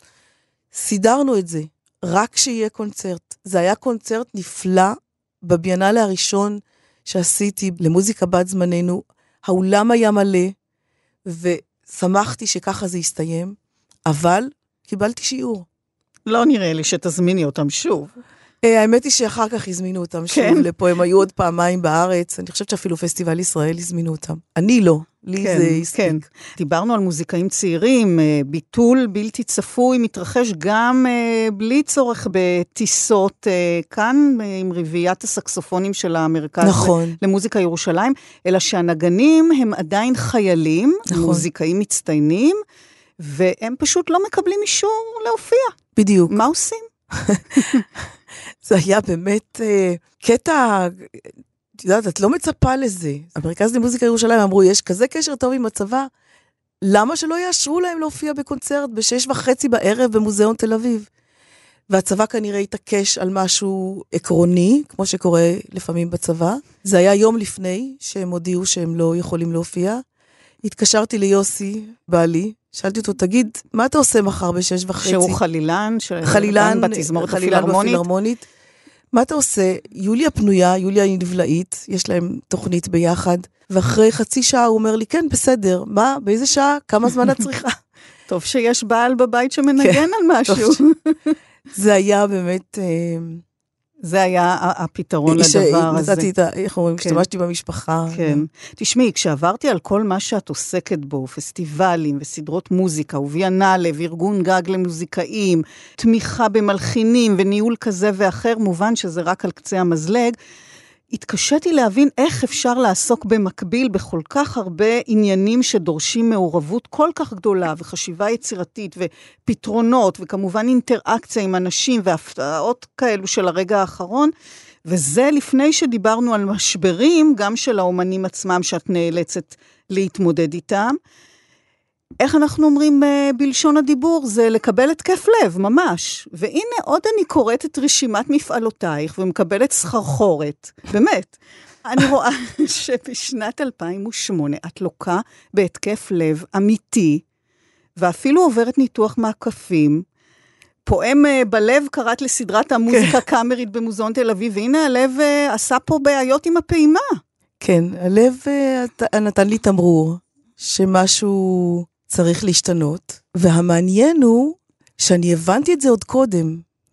סידרנו את זה, רק שיהיה קונצרט. זה היה קונצרט נפלא, בביאנלה הראשון שעשיתי למוזיקה בת זמננו, האולם היה מלא, ושמחתי שככה זה יסתיים, אבל קיבלתי שיעור. לא נראה לי שתזמיני אותם שוב. האמת היא שאחר כך הזמינו אותם שוב לפה, הם היו עוד פעמיים בארץ, אני חושבת שאפילו פסטיבל ישראל הזמינו אותם. אני לא, לי זה הספיק. דיברנו על מוזיקאים צעירים, ביטול בלתי צפוי, מתרחש גם בלי צורך בטיסות כאן, עם רביעיית הסקסופונים של המרכז למוזיקה ירושלים, אלא שהנגנים הם עדיין חיילים, מוזיקאים מצטיינים, והם פשוט לא מקבלים אישור להופיע. בדיוק. מה עושים? זה היה באמת uh, קטע, את יודעת, את לא מצפה לזה. המרכז למוזיקה ירושלים אמרו, יש כזה קשר טוב עם הצבא, למה שלא יאשרו להם להופיע בקונצרט בשש וחצי בערב במוזיאון תל אביב? והצבא כנראה התעקש על משהו עקרוני, כמו שקורה לפעמים בצבא. זה היה יום לפני שהם הודיעו שהם לא יכולים להופיע. התקשרתי ליוסי, בעלי, שאלתי אותו, תגיד, מה אתה עושה מחר בשש וחצי? שהוא חלילן, חלילן, בתזמורת חלילן בפילהרמונית. מה אתה עושה? יוליה פנויה, יוליה היא נבלעית, יש להם תוכנית ביחד, ואחרי חצי שעה הוא אומר לי, כן, בסדר, מה, באיזה שעה, כמה זמן את צריכה? טוב שיש בעל בבית שמנגן כן, על משהו. זה היה באמת... זה היה הפתרון לדבר הזה. נתתי את ה... איך אומרים, השתמשתי במשפחה. כן. תשמעי, כשעברתי על כל מה שאת עוסקת בו, פסטיבלים וסדרות מוזיקה, וביאנלה, וארגון גג למוזיקאים, תמיכה במלחינים וניהול כזה ואחר, מובן שזה רק על קצה המזלג, התקשיתי להבין איך אפשר לעסוק במקביל בכל כך הרבה עניינים שדורשים מעורבות כל כך גדולה וחשיבה יצירתית ופתרונות וכמובן אינטראקציה עם אנשים והפתעות כאלו של הרגע האחרון, וזה לפני שדיברנו על משברים גם של האומנים עצמם שאת נאלצת להתמודד איתם. איך אנחנו אומרים בלשון הדיבור? זה לקבל את כיף לב, ממש. והנה עוד אני קוראת את רשימת מפעלותייך ומקבלת סחרחורת. באמת. אני רואה שבשנת אלפיים ושמונה את לוקה בהתקף לב אמיתי, ואפילו עוברת ניתוח מעקפים. פועם בלב קראת לסדרת המוזיקה קאמרית במוזיאון תל אביב, והנה הלב עשה פה בעיות עם הפעימה. כן, הלב נתן לי תמרור שמשהו צריך להשתנות, והמעניין הוא שאני הבנתי את זה עוד קודם,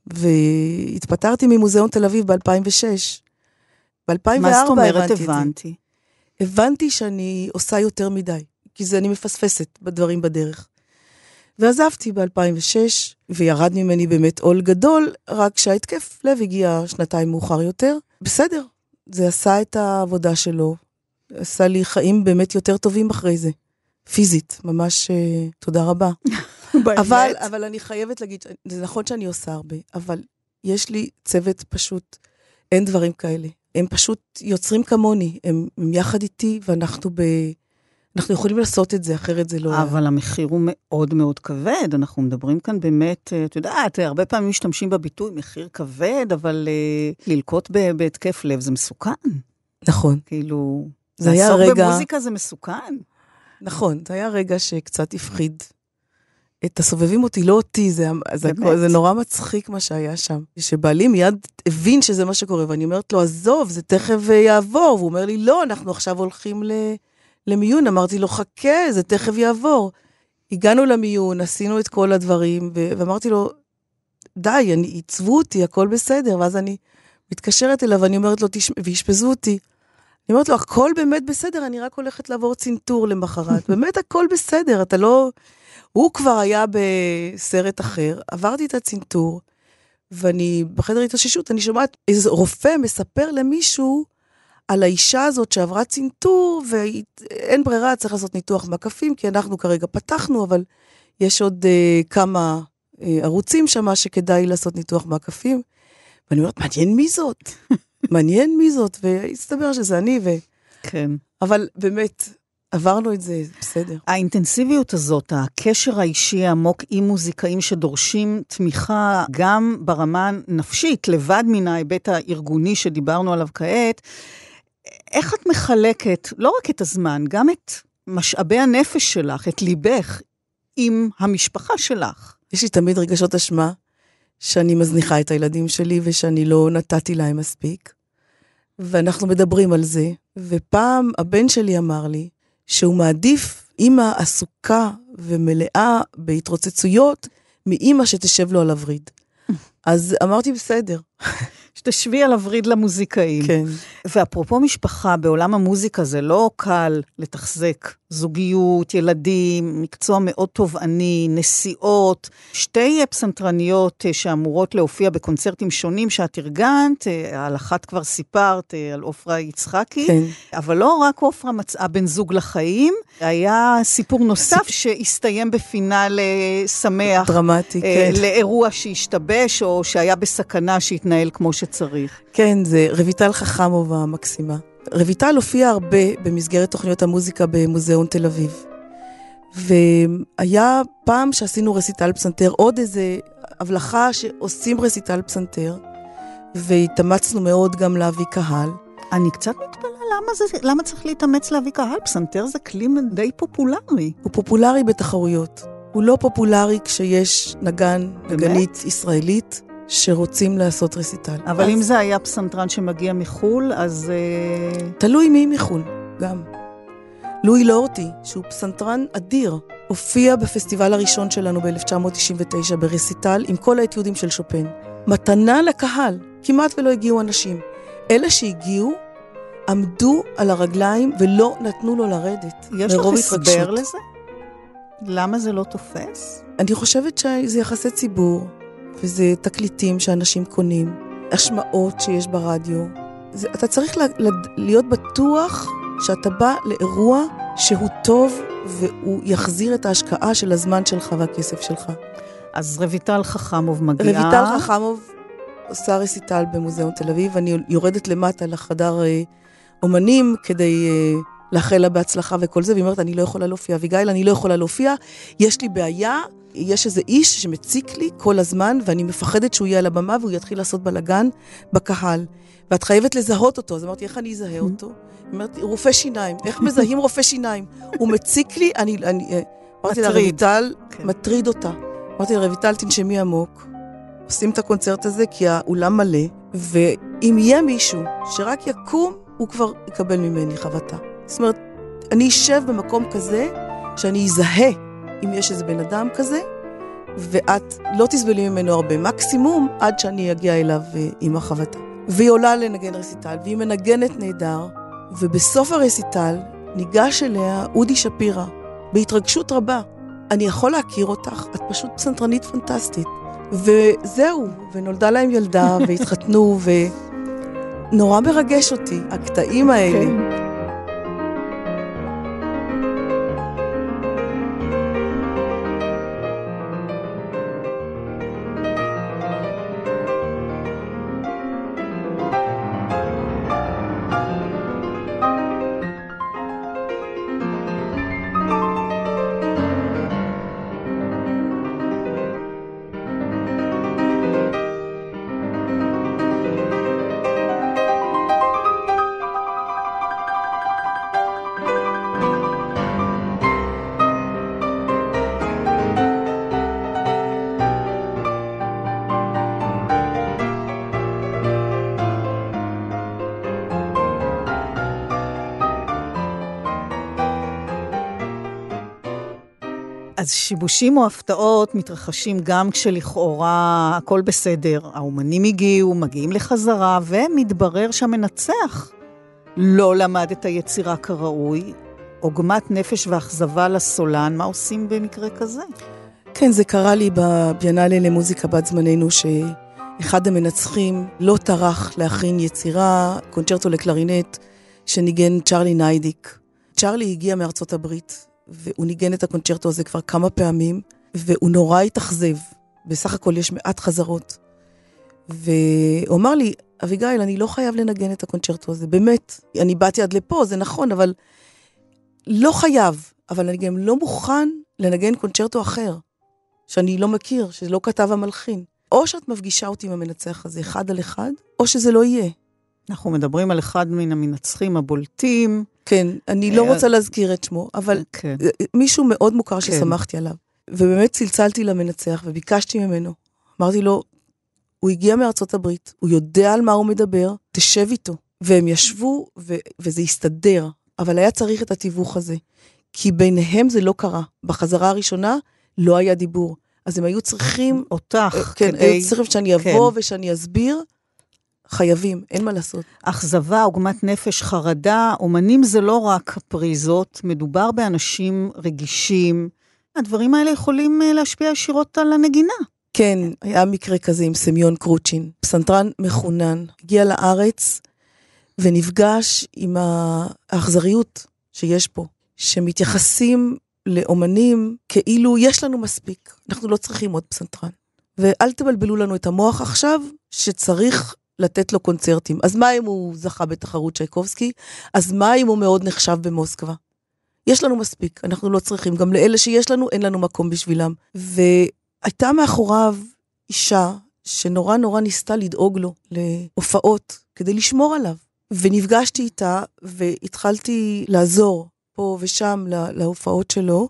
והתפטרתי ממוזיאון תל אביב ב-אלפיים ושש. ב-אלפיים וארבע מה זאת אומרת הבנתי, הבנתי? את זה. הבנתי שאני עושה יותר מדי, כי זה אני מפספסת בדברים בדרך. ועזבתי ב-אלפיים ושש, וירד ממני באמת עול גדול, רק שההתקף לב הגיע שנתיים מאוחר יותר. בסדר, זה עשה את העבודה שלו, עשה לי חיים באמת יותר טובים אחרי זה. פיזית, ממש uh, תודה רבה. אבל, אבל אני חייבת להגיד, זה נכון שאני עושה הרבה, אבל יש לי צוות פשוט, אין דברים כאלה. הם פשוט יוצרים כמוני, הם, הם יחד איתי, ואנחנו ב... אנחנו יכולים לעשות את זה, אחרת זה לא... אבל המחיר הוא מאוד מאוד כבד, אנחנו מדברים כאן באמת, את יודעת, הרבה פעמים משתמשים בביטוי מחיר כבד, אבל uh, ללקות בהתקף לב זה מסוכן. נכון. כאילו, זה היה רגע... במוזיקה זה מסוכן. נכון, זה היה רגע שקצת הפחיד את הסובבים אותי, לא אותי, זה, זה, זה נורא מצחיק מה שהיה שם. שבעלי מיד הבין שזה מה שקורה, ואני אומרת לו, עזוב, זה תכף יעבור, והוא אומר לי, לא, אנחנו עכשיו הולכים ל... למיון, אמרתי לו, חכה, זה תכף יעבור. הגענו למיון, עשינו את כל הדברים, ו- ואמרתי לו, די, אני, עיצבו אותי, הכל בסדר, ואז אני מתקשרת אליו, ואני אומרת לו, וישפזו אותי. אני אומרת לו, הכל באמת בסדר, אני רק הולכת לעבור צינטור למחרת. באמת הכל בסדר, אתה לא... הוא כבר היה בסרט אחר, עברתי את הצינטור, ואני בחדר התאוששות, אני שומעת איזה רופא מספר למישהו, על האישה הזאת שעברה צינטור, ואין ברירה, צריך לעשות ניתוח מקפים, כי אנחנו כרגע פתחנו, אבל יש עוד uh, כמה uh, ערוצים שמה שכדאי לעשות ניתוח מקפים, ואני אומרת, מעניין מי זאת? מעניין מי זאת? והסתבר שזה אני, ו... כן. אבל באמת, עברנו את זה, בסדר. האינטנסיביות הזאת, הקשר האישי העמוק עם מוזיקאים שדורשים תמיכה גם ברמה נפשית, לבד מן ההיבט הארגוני שדיברנו עליו כעת, איך את מחלקת, לא רק את הזמן, גם את משאבי הנפש שלך, את ליבך, עם המשפחה שלך? יש לי תמיד רגשות אשמה, שאני מזניחה את הילדים שלי, ושאני לא נתתי להם מספיק. ואנחנו מדברים על זה, ופעם הבן שלי אמר לי, שהוא מעדיף אמא עסוקה ומלאה בהתרוצצויות, מאמא שתשב לו על הווריד. אז אמרתי בסדר. שתשבי על הווריד למוזיקאים. כן. ואפרופו משפחה, בעולם המוזיקה זה לא קל לתחזק זוגיות, ילדים, מקצוע מאוד תובעני, נסיעות, שתי פסנתרניות שאמורות להופיע בקונצרטים שונים שאת ארגנת, על אחת כבר סיפרת, על אופרה יצחקי, כן. אבל לא רק אופרה מצאה בן זוג לחיים, היה סיפור נוסף שהסתיים בפינל שמח, דרמטי, כן. לאירוע שהשתבש או שהיה בסכנה שהתנהל כמו שצריך. כן, זה רויטל חכמובה מקסימה. רויטל הופיעה הרבה במסגרת תוכניות המוזיקה במוזיאון תל אביב. והיה פעם שעשינו רסיטל פסנתר, עוד איזה הבלחה שעושים רסיטל פסנתר, והתאמצנו מאוד גם להביא קהל. אני קצת מתפלאה, למה, זה, למה צריך להתאמץ להביא קהל? פסנתר זה כלי די פופולרי. הוא פופולרי בתחרויות. הוא לא פופולרי כשיש נגן, נגנית ישראלית, שרוצים לעשות רסיטל. אבל אז... אם זה היה פסנתרן שמגיע מחול, אז... תלוי מי מחול, גם. לואי לורטי, שהוא פסנתרן אדיר, הופיע בפסטיבל הראשון שלנו ב-אלף תשע מאות תשעים ותשע ברסיטל, עם כל האתיודים של שופן. מתנה לקהל, כמעט ולא הגיעו אנשים. אלה שהגיעו, עמדו על הרגליים ולא נתנו לו לרדת. יש לך הסבר לזה? למה זה לא תופס? אני חושבת שזה יחסי ציבור. וזה תקליטים שאנשים קונים, השמעות שיש ברדיו, זה, אתה צריך ל, ל, להיות בטוח שאתה בא לאירוע שהוא טוב, והוא יחזיר את ההשקעה של הזמן שלך והכסף שלך. אז רויטל חכמוב מגיעה. רויטל חכמוב עושה רסיטל במוזיאון תל אביב, אני יורדת למטה לחדר אה, אומנים, כדי אה, לאחל לה בהצלחה וכל זה, והיא אומרת, אני לא יכולה להופיע, אביגיל, אני לא יכולה להופיע, יש לי בעיה, יש איזה איש שמציק לי כל הזמן, ואני מפחדת שהוא יהיה על הבמה, והוא יתחיל לעשות בלגן בקהל, ואת חייבת לזהות אותו. אז אמרתי, איך אני אזהה אותו? היא אומרת, רופא שיניים, איך מזהים רופא שיניים? הוא מציק לי, אני, אני, אמרתי לה, רויטל, מטריד אותה. אמרתי לה, רויטל, תנשמי עמוק, עושים את הקונצרט הזה, כי האולם מלא, ואם יהיה מישהו שרק יקום, הוא כבר יקבל ממני חבטה. זאת אומרת, אני אשב במקום כזה, שאני אזהה אם יש איזה בן אדם כזה, ואת לא תסבלי ממנו הרבה, מקסימום עד שאני אגיע אליו עם החבטה. והיא עולה לנגן רסיטל, והיא מנגנת נהדר, ובסוף הרסיטל ניגש אליה אודי שפירא, בהתרגשות רבה. אני יכול להכיר אותך, את פשוט פסנתרנית פנטסטית. וזהו, ונולדה להם ילדה, והתחתנו, ונורא מרגש אותי, הקטעים האלה. Okay. אז שיבושים או הפתעות מתרחשים גם כשלכאורה הכל בסדר. האומנים הגיעו, מגיעים לחזרה, ומתברר שהמנצח לא למד את היצירה כראוי. עוגמת נפש ואכזבה לסולן, מה עושים במקרה כזה? כן, זה קרה לי בביאנלה למוזיקה בת זמננו, שאחד המנצחים לא טרח להכין יצירה, קונצ'רטו לקלרינט, שניגן צ'רלי ניידיק. צ'רלי הגיע מארצות הברית, והוא ניגן את הקונצ'רטו הזה כבר כמה פעמים, והוא נורא התאכזב. בסך הכל יש מעט חזרות. והוא אמר לי, אביגיל, אני לא חייב לנגן את הקונצ'רטו הזה, באמת. אני באתי עד לפה, זה נכון, אבל לא חייב. אבל אני גם לא מוכן לנגן קונצ'רטו אחר, שאני לא מכיר, שלא כתב המלחין. או שאת מפגישה אותי עם המנצח הזה, אחד על אחד, או שזה לא יהיה. אנחנו מדברים על אחד מן המנצחים הבולטים. כן, אני לא רוצה להזכיר את שמו, אבל כן. מישהו מאוד מוכר ששמחתי עליו. ובאמת צלצלתי למנצח וביקשתי ממנו. אמרתי לו, הוא הגיע מארצות הברית, הוא יודע על מה הוא מדבר, תשב איתו. והם ישבו ו- וזה הסתדר, אבל היה צריך את התיווך הזה. כי ביניהם זה לא קרה. בחזרה הראשונה לא היה דיבור. אז הם היו צריכים... אותך. כן, כדי... היו צריכים שאני אבוא כן. ושאני אסביר. חייבים, אין מה לעשות. אכזבה, עוגמת נפש, חרדה, אומנים זה לא רק קפריזות, מדובר באנשים רגישים. הדברים האלה יכולים להשפיע ישירות על הנגינה. כן, היה מקרה כזה עם סמיון קרוצ'ין, פסנתרן מחונן, הגיע לארץ ונפגש עם האכזריות שיש פה, שמתייחסים לאומנים כאילו יש לנו מספיק, אנחנו לא צריכים עוד פסנתרן. ואל תבלבלו לנו את המוח עכשיו שצריך לתת לו קונצרטים. אז מה אם הוא זכה בתחרות צ'ייקובסקי? אז מה אם הוא מאוד נחשב במוסקבה? יש לנו מספיק, אנחנו לא צריכים. גם לאלה שיש לנו, אין לנו מקום בשבילם. והייתה מאחוריו אישה שנורא נורא ניסתה לדאוג לו להופעות, כדי לשמור עליו. ונפגשתי איתה, והתחלתי לעזור פה ושם להופעות שלו.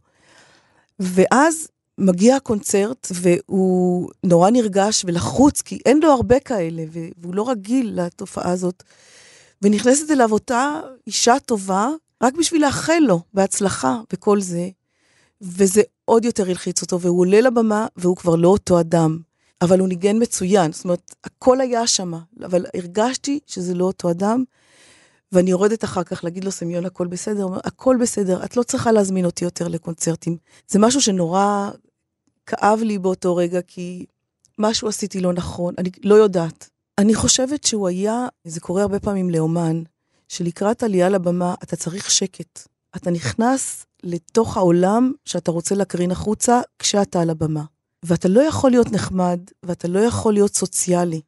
ואז מגיע הקונצרט, והוא נורא נרגש ולחוץ, כי אין לו הרבה כאלה, והוא לא רגיל לתופעה הזאת. ונכנסת אליו אותה אישה טובה, רק בשביל לאחל לו בהצלחה וכל זה, וזה עוד יותר הלחיץ אותו, והוא עולה לבמה, והוא כבר לא אותו אדם, אבל הוא ניגן מצוין, זאת אומרת, הכל היה שם, אבל הרגשתי שזה לא אותו אדם, ואני יורדת אחר כך להגיד לו, סמיון, הכל בסדר, הכל בסדר, את לא צריכה להזמין אותי יותר לקונצרטים. זה משהו שנורא כאב לי באותו רגע, כי משהו עשיתי לא נכון, אני לא יודעת. אני חושבת שהוא היה, זה קורה הרבה פעמים לאומן, שלקראת עלייה לבמה אתה צריך שקט. אתה נכנס לתוך העולם שאתה רוצה להקרין החוצה כשאתה על הבמה. ואתה לא יכול להיות נחמד, ואתה לא יכול להיות סוציאלי.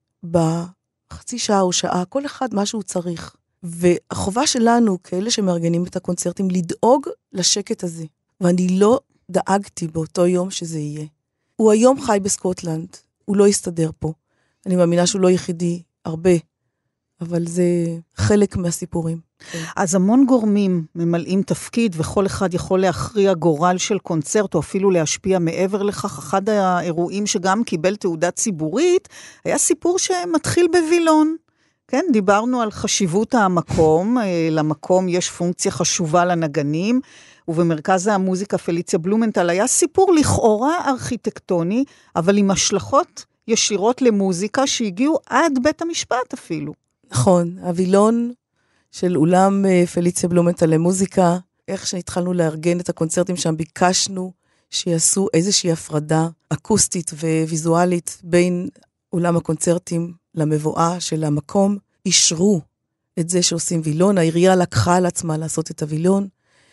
בחצי שעה או שעה, כל אחד מה שהוא צריך. והחובה שלנו, כאלה שמארגנים את הקונצרטים, לדאוג לשקט הזה. ואני לא דאגתי באותו יום שזה יהיה. הוא היום חי בסקוטלנד, הוא לא יסתדר פה. אני מאמינה שהוא לא יחידי, הרבה, אבל זה חלק מהסיפורים. אז המון גורמים ממלאים תפקיד, וכל אחד יכול להכריע גורל של קונצרט, או אפילו להשפיע מעבר לכך. אחד האירועים שגם קיבל תעודה ציבורית, היה סיפור שמתחיל בווילון. כן, דיברנו על חשיבות המקום, למקום יש פונקציה חשובה לנגנים, ובמרכז המוזיקה פליציה בלומנטל היה סיפור לכאורה ארכיטקטוני, אבל עם השלכות ישירות למוזיקה שהגיעו עד בית המשפט אפילו. נכון, הווילון של אולם פליציה בלומנטל למוזיקה, איך שהתחלנו לארגן את הקונצרטים שם, ביקשנו שיעשו איזושהי הפרדה אקוסטית וויזואלית בין אולם הקונצרטים למבואה של המקום, אישרו את זה שעושים וילון, העירייה לקחה על עצמה לעשות את הווילון,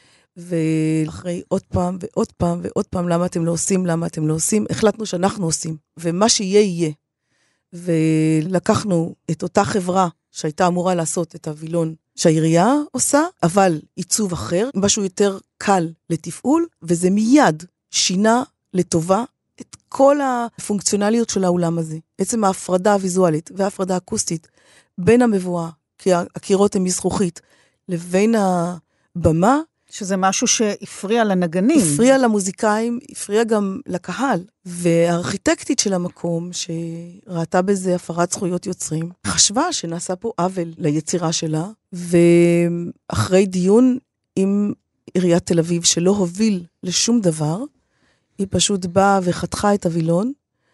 ואחרי עוד פעם ועוד פעם ועוד פעם, למה אתם לא עושים, למה אתם לא עושים, החלטנו שאנחנו עושים, ומה שיהיה יהיה. ולקחנו את אותה חברה שהייתה אמורה לעשות את הווילון שהעירייה עושה, אבל עיצוב אחר, משהו יותר קל לתפעול, וזה מיד שינה לטובה את כל הפונקציונליות של האולם הזה. בעצם ההפרדה הוויזואלית וההפרדה האקוסטית בין המבואה, כי הקירות הן מזכוכית, לבין הבמה, שזה משהו שהפריע לנגנים. הפריע למוזיקאים, הפריע גם לקהל. והארכיטקטית של המקום, שראתה בזה הפרת זכויות יוצרים, חשבה שנעשה פה עוול ליצירה שלה, ואחרי דיון עם עיריית תל אביב, שלא הוביל לשום דבר, היא פשוט באה וחתכה את הווילון,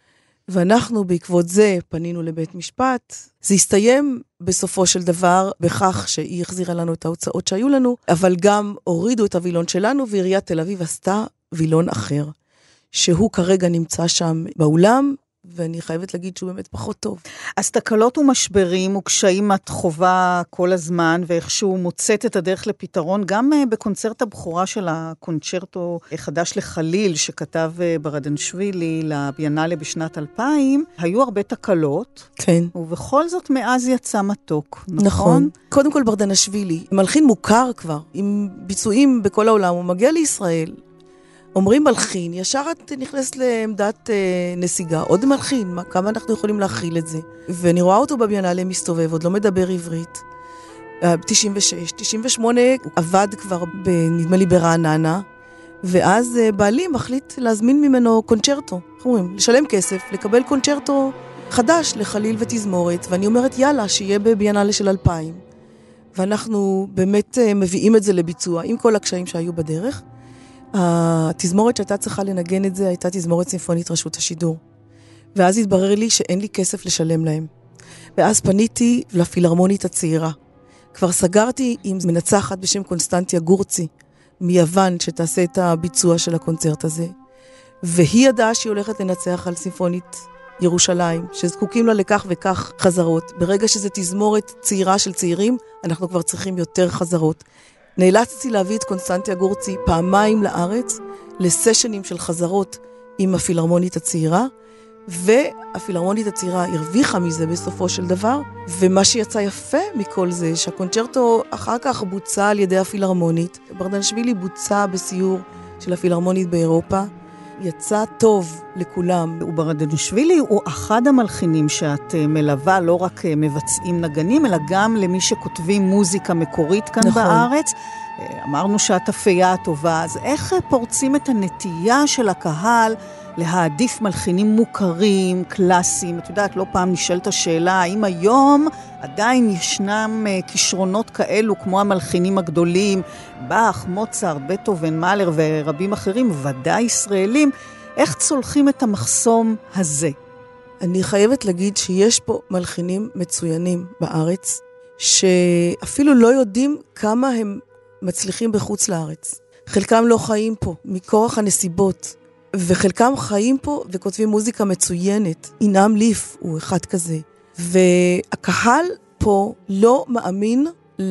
ואנחנו בעקבות זה פנינו לבית משפט. זה הסתיים בסופו של דבר בכך שהיא החזירה לנו את ההוצאות שהיו לנו, אבל גם הורידו את הווילון שלנו, ועיריית תל אביב עשתה וילון אחר, שהוא כרגע נמצא שם באולם, ואני חייבת להגיד שהוא באמת פחות טוב. אז תקלות ומשברים וקשיים את חובה כל הזמן, ואיכשהו מוצאת את הדרך לפתרון, גם בקונצרט הבכורה של הקונצ'רטו חדש לחליל, שכתב ברדנשווילי לביאנלה בשנת אלפיים, היו הרבה תקלות. כן. ובכל זאת מאז יצא מתוק, נכון? נכון. קודם כל ברדנשווילי, מלחין מוכר כבר, עם ביצועים בכל העולם, הוא מגיע לישראל, אומרים מלחין, ישר את נכנסת לעמדת אה, נסיגה, עוד מלחין, מה, כמה אנחנו יכולים להכיל את זה? ואני רואה אותו בביאנלה מסתובב, עוד לא מדבר עברית. תשעים ושש, תשעים ושמונה עבד כבר, נדמה לי ברעננה, ואז אה, בעלי מחליט להזמין ממנו קונצ'רטו, איך אומרים? לשלם כסף, לקבל קונצ'רטו חדש לחליל ותזמורת, ואני אומרת יאללה, שיהיה בביאנלה של אלפיים. ואנחנו באמת אה, מביאים את זה לביצוע, עם כל הקשיים שהיו בדרך. התזמורת שהייתה צריכה לנגן את זה, הייתה תזמורת סימפונית רשות השידור. ואז התברר לי שאין לי כסף לשלם להם. ואז פניתי לפילהרמונית הצעירה. כבר סגרתי עם מנצחת בשם קונסטנטיה גורצי, מיוון, שתעשה את הביצוע של הקונצרט הזה. והיא ידעה שהיא הולכת לנצח על סימפונית ירושלים, שזקוקים לה לכך וכך חזרות. ברגע שזה תזמורת צעירה של צעירים, אנחנו כבר צריכים יותר חזרות. נאלצתי להביא את קונסטנטיה גורצי פעמיים לארץ, לסשנים של חזרות עם הפילהרמונית הצעירה, והפילהרמונית הצעירה הרוויחה מזה בסופו של דבר, ומה שיצא יפה מכל זה, שהקונצ'רטו אחר כך בוצע על ידי הפילהרמונית, ברדנשווילי בוצע בסיור של הפילהרמונית באירופה, יצא טוב לכולם. וברדנשווילי הוא אחד המלחינים שאת מלווה, לא רק מבצעים נגנים, אלא גם למי שכותבים מוזיקה מקורית כאן נכון. בארץ. אמרנו שאת אפייה הטובה, אז איך פורצים את הנטייה של הקהל להעדיף מלחינים מוכרים, קלאסיים? את יודעת, לא פעם נשאלת השאלה, האם היום עדיין ישנם כישרונות כאלו, כמו המלחינים הגדולים, באך, מוצרט, בטהובן, מאלר ורבים אחרים, ודאי ישראלים, איך צולחים את המחסום הזה? אני חייבת להגיד שיש פה מלחינים מצוינים בארץ, שאפילו לא יודעים כמה הם מצליחים בחוץ לארץ. חלקם לא חיים פה, מכורח הנסיבות, וחלקם חיים פה וכותבים מוזיקה מצוינת. אינם ליף הוא אחד כזה. והקהל פה לא מאמין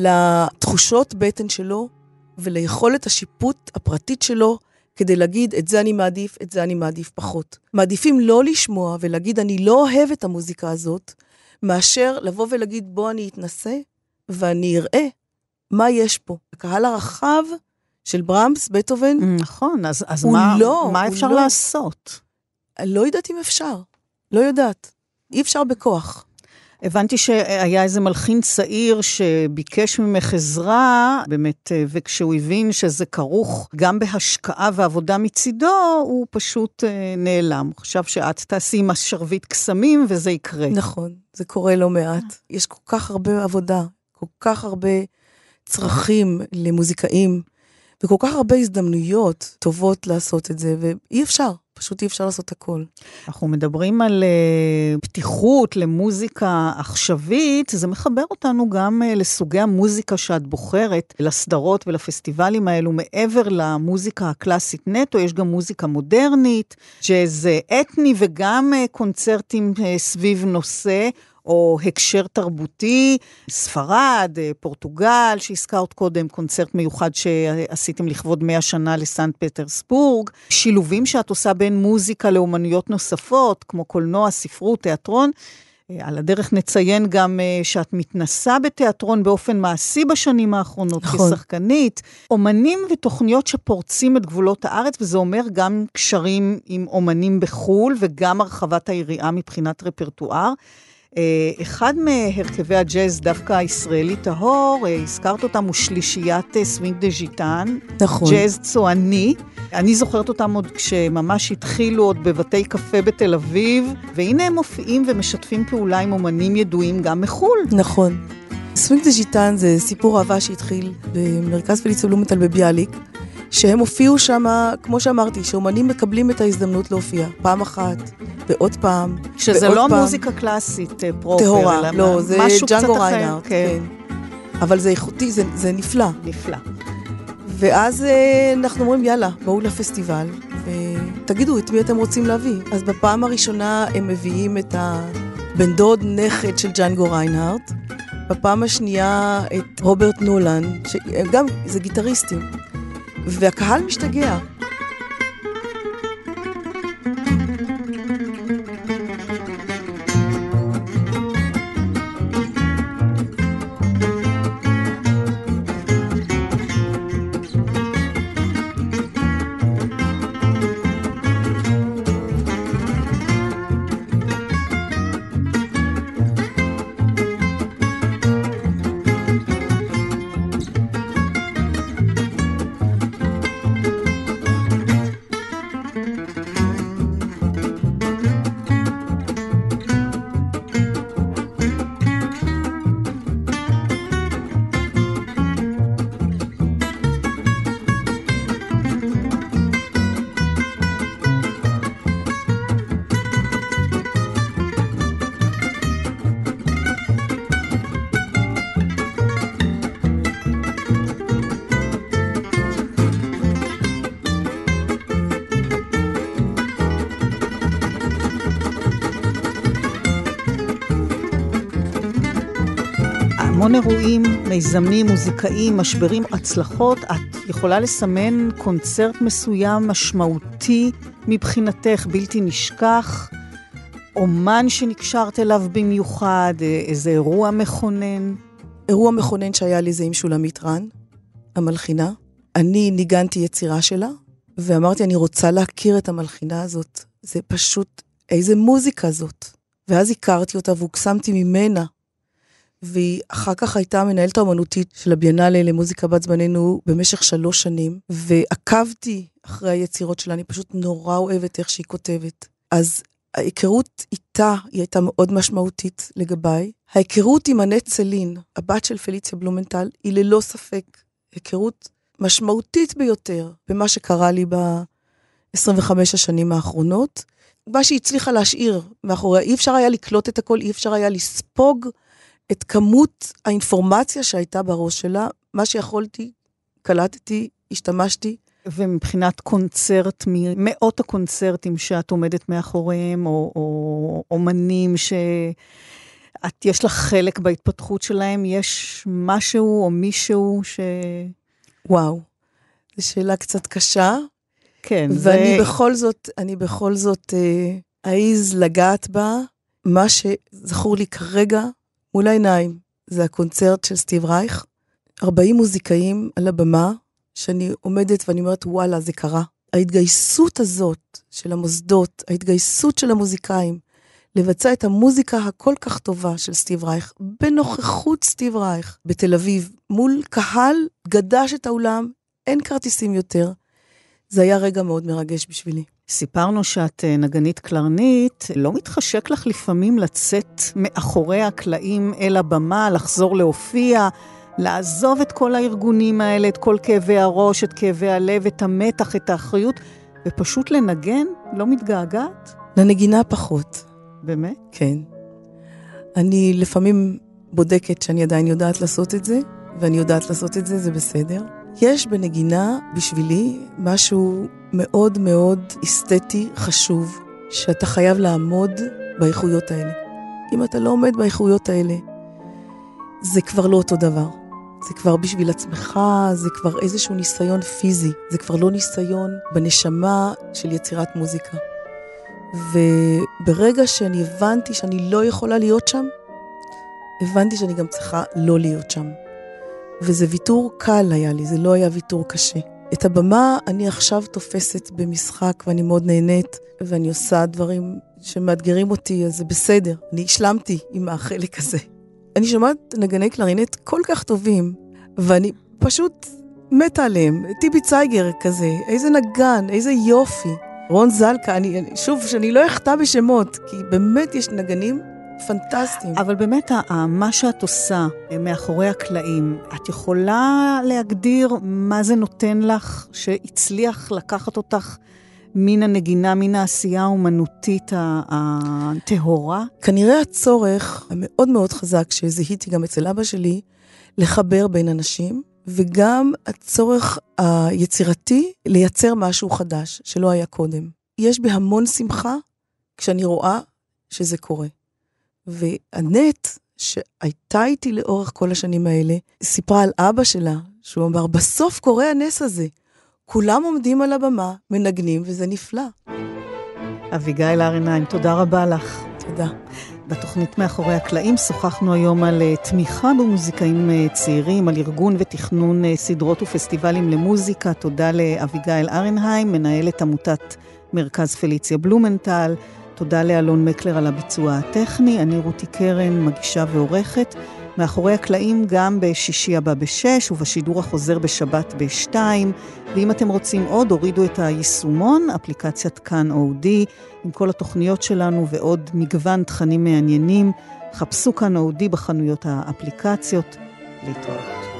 לתחושות בטן שלו, וליכולת השיפוט הפרטית שלו, כדי להגיד, את זה אני מעדיף, את זה אני מעדיף פחות. מעדיפים לא לשמוע ולהגיד, אני לא אוהב את המוזיקה הזאת, מאשר לבוא ולהגיד, בוא אני אתנסה, ואני אראה מה יש פה. הקהל הרחב של ברמס, בטהובן, נכון, אז, אז מה, לא, מה אפשר לא. לעשות? לא יודעת אם אפשר. לא יודעת. אי אפשר בכוח. הבנתי שהיה איזה מלחין צעיר שביקש ממך עזרה, באמת, וכשהוא הבין שזה כרוך גם בהשקעה ועבודה מצידו, הוא פשוט נעלם. הוא חשב שאת תעשי עם השרביט קסמים וזה יקרה. נכון, זה קורה לא מעט. יש כל כך הרבה עבודה, כל כך הרבה צרכים למוזיקאים, וכל כך הרבה הזדמנויות טובות לעשות את זה, ואי אפשר. פשוט אי אפשר לעשות הכל. אנחנו מדברים על uh, פתיחות למוזיקה עכשווית, זה מחבר אותנו גם uh, לסוגי המוזיקה שאת בוחרת, לסדרות ולפסטיבלים האלו, מעבר למוזיקה הקלאסית נטו, יש גם מוזיקה מודרנית, ג'אז אתני וגם uh, קונצרטים uh, סביב נושא, או הקשר תרבותי, ספרד, פורטוגל, שהזכרת קודם, קונצרט מיוחד שעשיתם לכבוד מאה שנה לסנט פטרסבורג, שילובים שאת עושה בין מוזיקה לאומנויות נוספות, כמו קולנוע, ספרות, תיאטרון. על הדרך נציין גם שאת מתנסה בתיאטרון באופן מעשי בשנים האחרונות, נכון. כשחקנית. אומנים ותוכניות שפורצים את גבולות הארץ, וזה אומר גם קשרים עם אומנים בחול, וגם הרחבת היריעה מבחינת רפרטואר. אחד מהרכבי הג'אז דווקא הישראלי טהור, הזכרת אותם, הוא שלישיית סווינג דה ז'יטן, נכון. ג'אז צועני. אני זוכרת אותם עוד כשממש התחילו עוד בבתי קפה בתל אביב, והנה הם מופיעים ומשתפים פעולה עם אומנים ידועים גם מחול. נכון. סווינג דה ז'יטן זה סיפור אהבה שהתחיל במרכז פליציה בלומנטל בביאליק, שהם הופיעו שם, כמו שאמרתי, שאומנים מקבלים את ההזדמנות להופיע, פעם אחת, ועוד פעם, שזה ועוד לא פעם. מוזיקה קלאסית פרופר, טהורה, לא, זה ג'אנגו ריינהארט, כן. כן. אבל זה איכותי, זה, זה נפלא. נפלא. ואז אנחנו אומרים, יאללה, בואו לפסטיבל, ותגידו את מי אתם רוצים להביא. אז בפעם הראשונה הם מביאים את הבן דוד נכד של ג'אנגו ריינהארט, בפעם השנייה את רוברט נולן, שגם זה גיטריסטים. והקהל משתגע. המון אירועים, מיזמים, מוזיקאים, משברים, הצלחות. את יכולה לסמן קונצרט מסוים משמעותי מבחינתך, בלתי נשכח, אומן שנקשרת אליו במיוחד, איזה אירוע מכונן? אירוע מכונן שהיה לי זה עם שולמית רן, המלחינה. אני ניגנתי יצירה שלה, ואמרתי, אני רוצה להכיר את המלחינה הזאת. זה פשוט, איזה מוזיקה זאת. ואז הכרתי אותה והוקסמתי ממנה. והיא אחר כך הייתה מנהלת האמנותית של הביאנלה למוזיקה בת זמננו במשך שלוש שנים, ועקבתי אחרי היצירות שלה, אני פשוט נורא אוהבת איך שהיא כותבת. אז ההיכרות איתה היא הייתה מאוד משמעותית לגביי. ההיכרות עם ענת צלין, הבת של פליציה בלומנטל, היא ללא ספק היכרות משמעותית ביותר במה שקרה לי ב-עשרים וחמש השנים האחרונות. מה שהיא הצליחה להשאיר מאחוריה, אי אפשר היה לקלוט את הכל, אי אפשר היה לספוג את כמות האינפורמציה שהייתה בראש שלה, מה שיכולתי, קלטתי, השתמשתי. ומבחינת קונצרט, מאות הקונצרטים שאת עומדת מאחוריהם, או, או אומנים את, יש לך חלק בהתפתחות שלהם? יש משהו או מישהו ש... וואו, זו שאלה קצת קשה. כן, ואני זה... בכל זאת, אני בכל זאת אה, העיז לגעת בה. מה שזכור לי כרגע מול העיניים, זה הקונצרט של סטיב רייך. ארבעים מוזיקאים על הבמה, שאני עומדת ואני אומרת, וואלה, זה קרה. ההתגייסות הזאת של המוסדות, ההתגייסות של המוזיקאים, לבצע את המוזיקה הכל כך טובה של סטיב רייך, בנוכחות סטיב רייך, בתל אביב, מול קהל, גדש את האולם, אין כרטיסים יותר. זה היה רגע מאוד מרגש בשבילי. סיפרנו שאת נגנית קלרנית, לא מתחשק לך לפעמים לצאת מאחורי הקלעים אל הבמה, לחזור להופיע, לעזוב את כל הארגונים האלה, את כל כאבי הראש, את כאבי הלב, את המתח, את האחריות, ופשוט לנגן? לא מתגעגעת? לנגינה פחות. באמת? כן. אני לפעמים בודקת שאני עדיין יודעת לעשות את זה, ואני יודעת לעשות את זה, זה בסדר. יש בנגינה בשבילי משהו מאוד מאוד אסתטי חשוב, שאתה חייב לעמוד באיכויות האלה. אם אתה לא עומד באיכויות האלה, זה כבר לא אותו דבר. זה כבר בשביל עצמך, זה כבר איזשהו ניסיון פיזי, זה כבר לא ניסיון בנשמה של יצירת מוזיקה. וברגע שאני הבנתי שאני לא יכולה להיות שם, הבנתי שאני גם צריכה לא להיות שם. וזה ויתור קל היה לי, זה לא היה ויתור קשה. את הבמה אני עכשיו תופסת במשחק, ואני מאוד נהנית, ואני עושה דברים שמאתגרים אותי, אז זה בסדר. אני השלמתי עם החלק הזה. אני שומעת נגני קלרינט כל כך טובים, ואני פשוט מתה עליהם. טיבי צייגר כזה, איזה נגן, איזה יופי. רון זלקה, אני, שוב, שאני לא אכתב בשמות, כי באמת יש נגנים פנטסטיים. אבל באמת, מה שאת עושה מאחורי הקלעים, את יכולה להגדיר מה זה נותן לך, שהצליח לקחת אותך מן הנגינה, מן העשייה האומנותית הטהורה? כנראה הצורך המאוד מאוד חזק, שזיהיתי גם אצל אבא שלי, לחבר בין אנשים, וגם הצורך היצירתי לייצר משהו חדש, שלא היה קודם. יש בי המון שמחה, כשאני רואה שזה קורה. והנט, שהייתה איתי לאורך כל השנים האלה, סיפרה על אבא שלה, שהוא אמר, בסוף קורה הנס הזה. כולם עומדים על הבמה, מנגנים, וזה נפלא. אביגיל ארנהיים, תודה רבה לך. תודה. בתוכנית מאחורי הקלעים שוחחנו היום על תמיכה במוזיקאים צעירים, על ארגון ותכנון סדרות ופסטיבלים למוזיקה. תודה לאביגיל ארנהיים, מנהלת עמותת מרכז פליציה בלומנטל. תודה לאלון מקלר על הביצוע הטכני. אני רותי קרן, מגישה ועורכת. מאחורי הקלעים גם בשישי הבא בשש, ובשידור החוזר בשבת בשתיים. ואם אתם רוצים עוד, הורידו את היישומון, אפליקציית כאן אודי, עם כל התוכניות שלנו ועוד מגוון תכנים מעניינים. חפשו כאן אודי בחנויות האפליקציות. להתראות.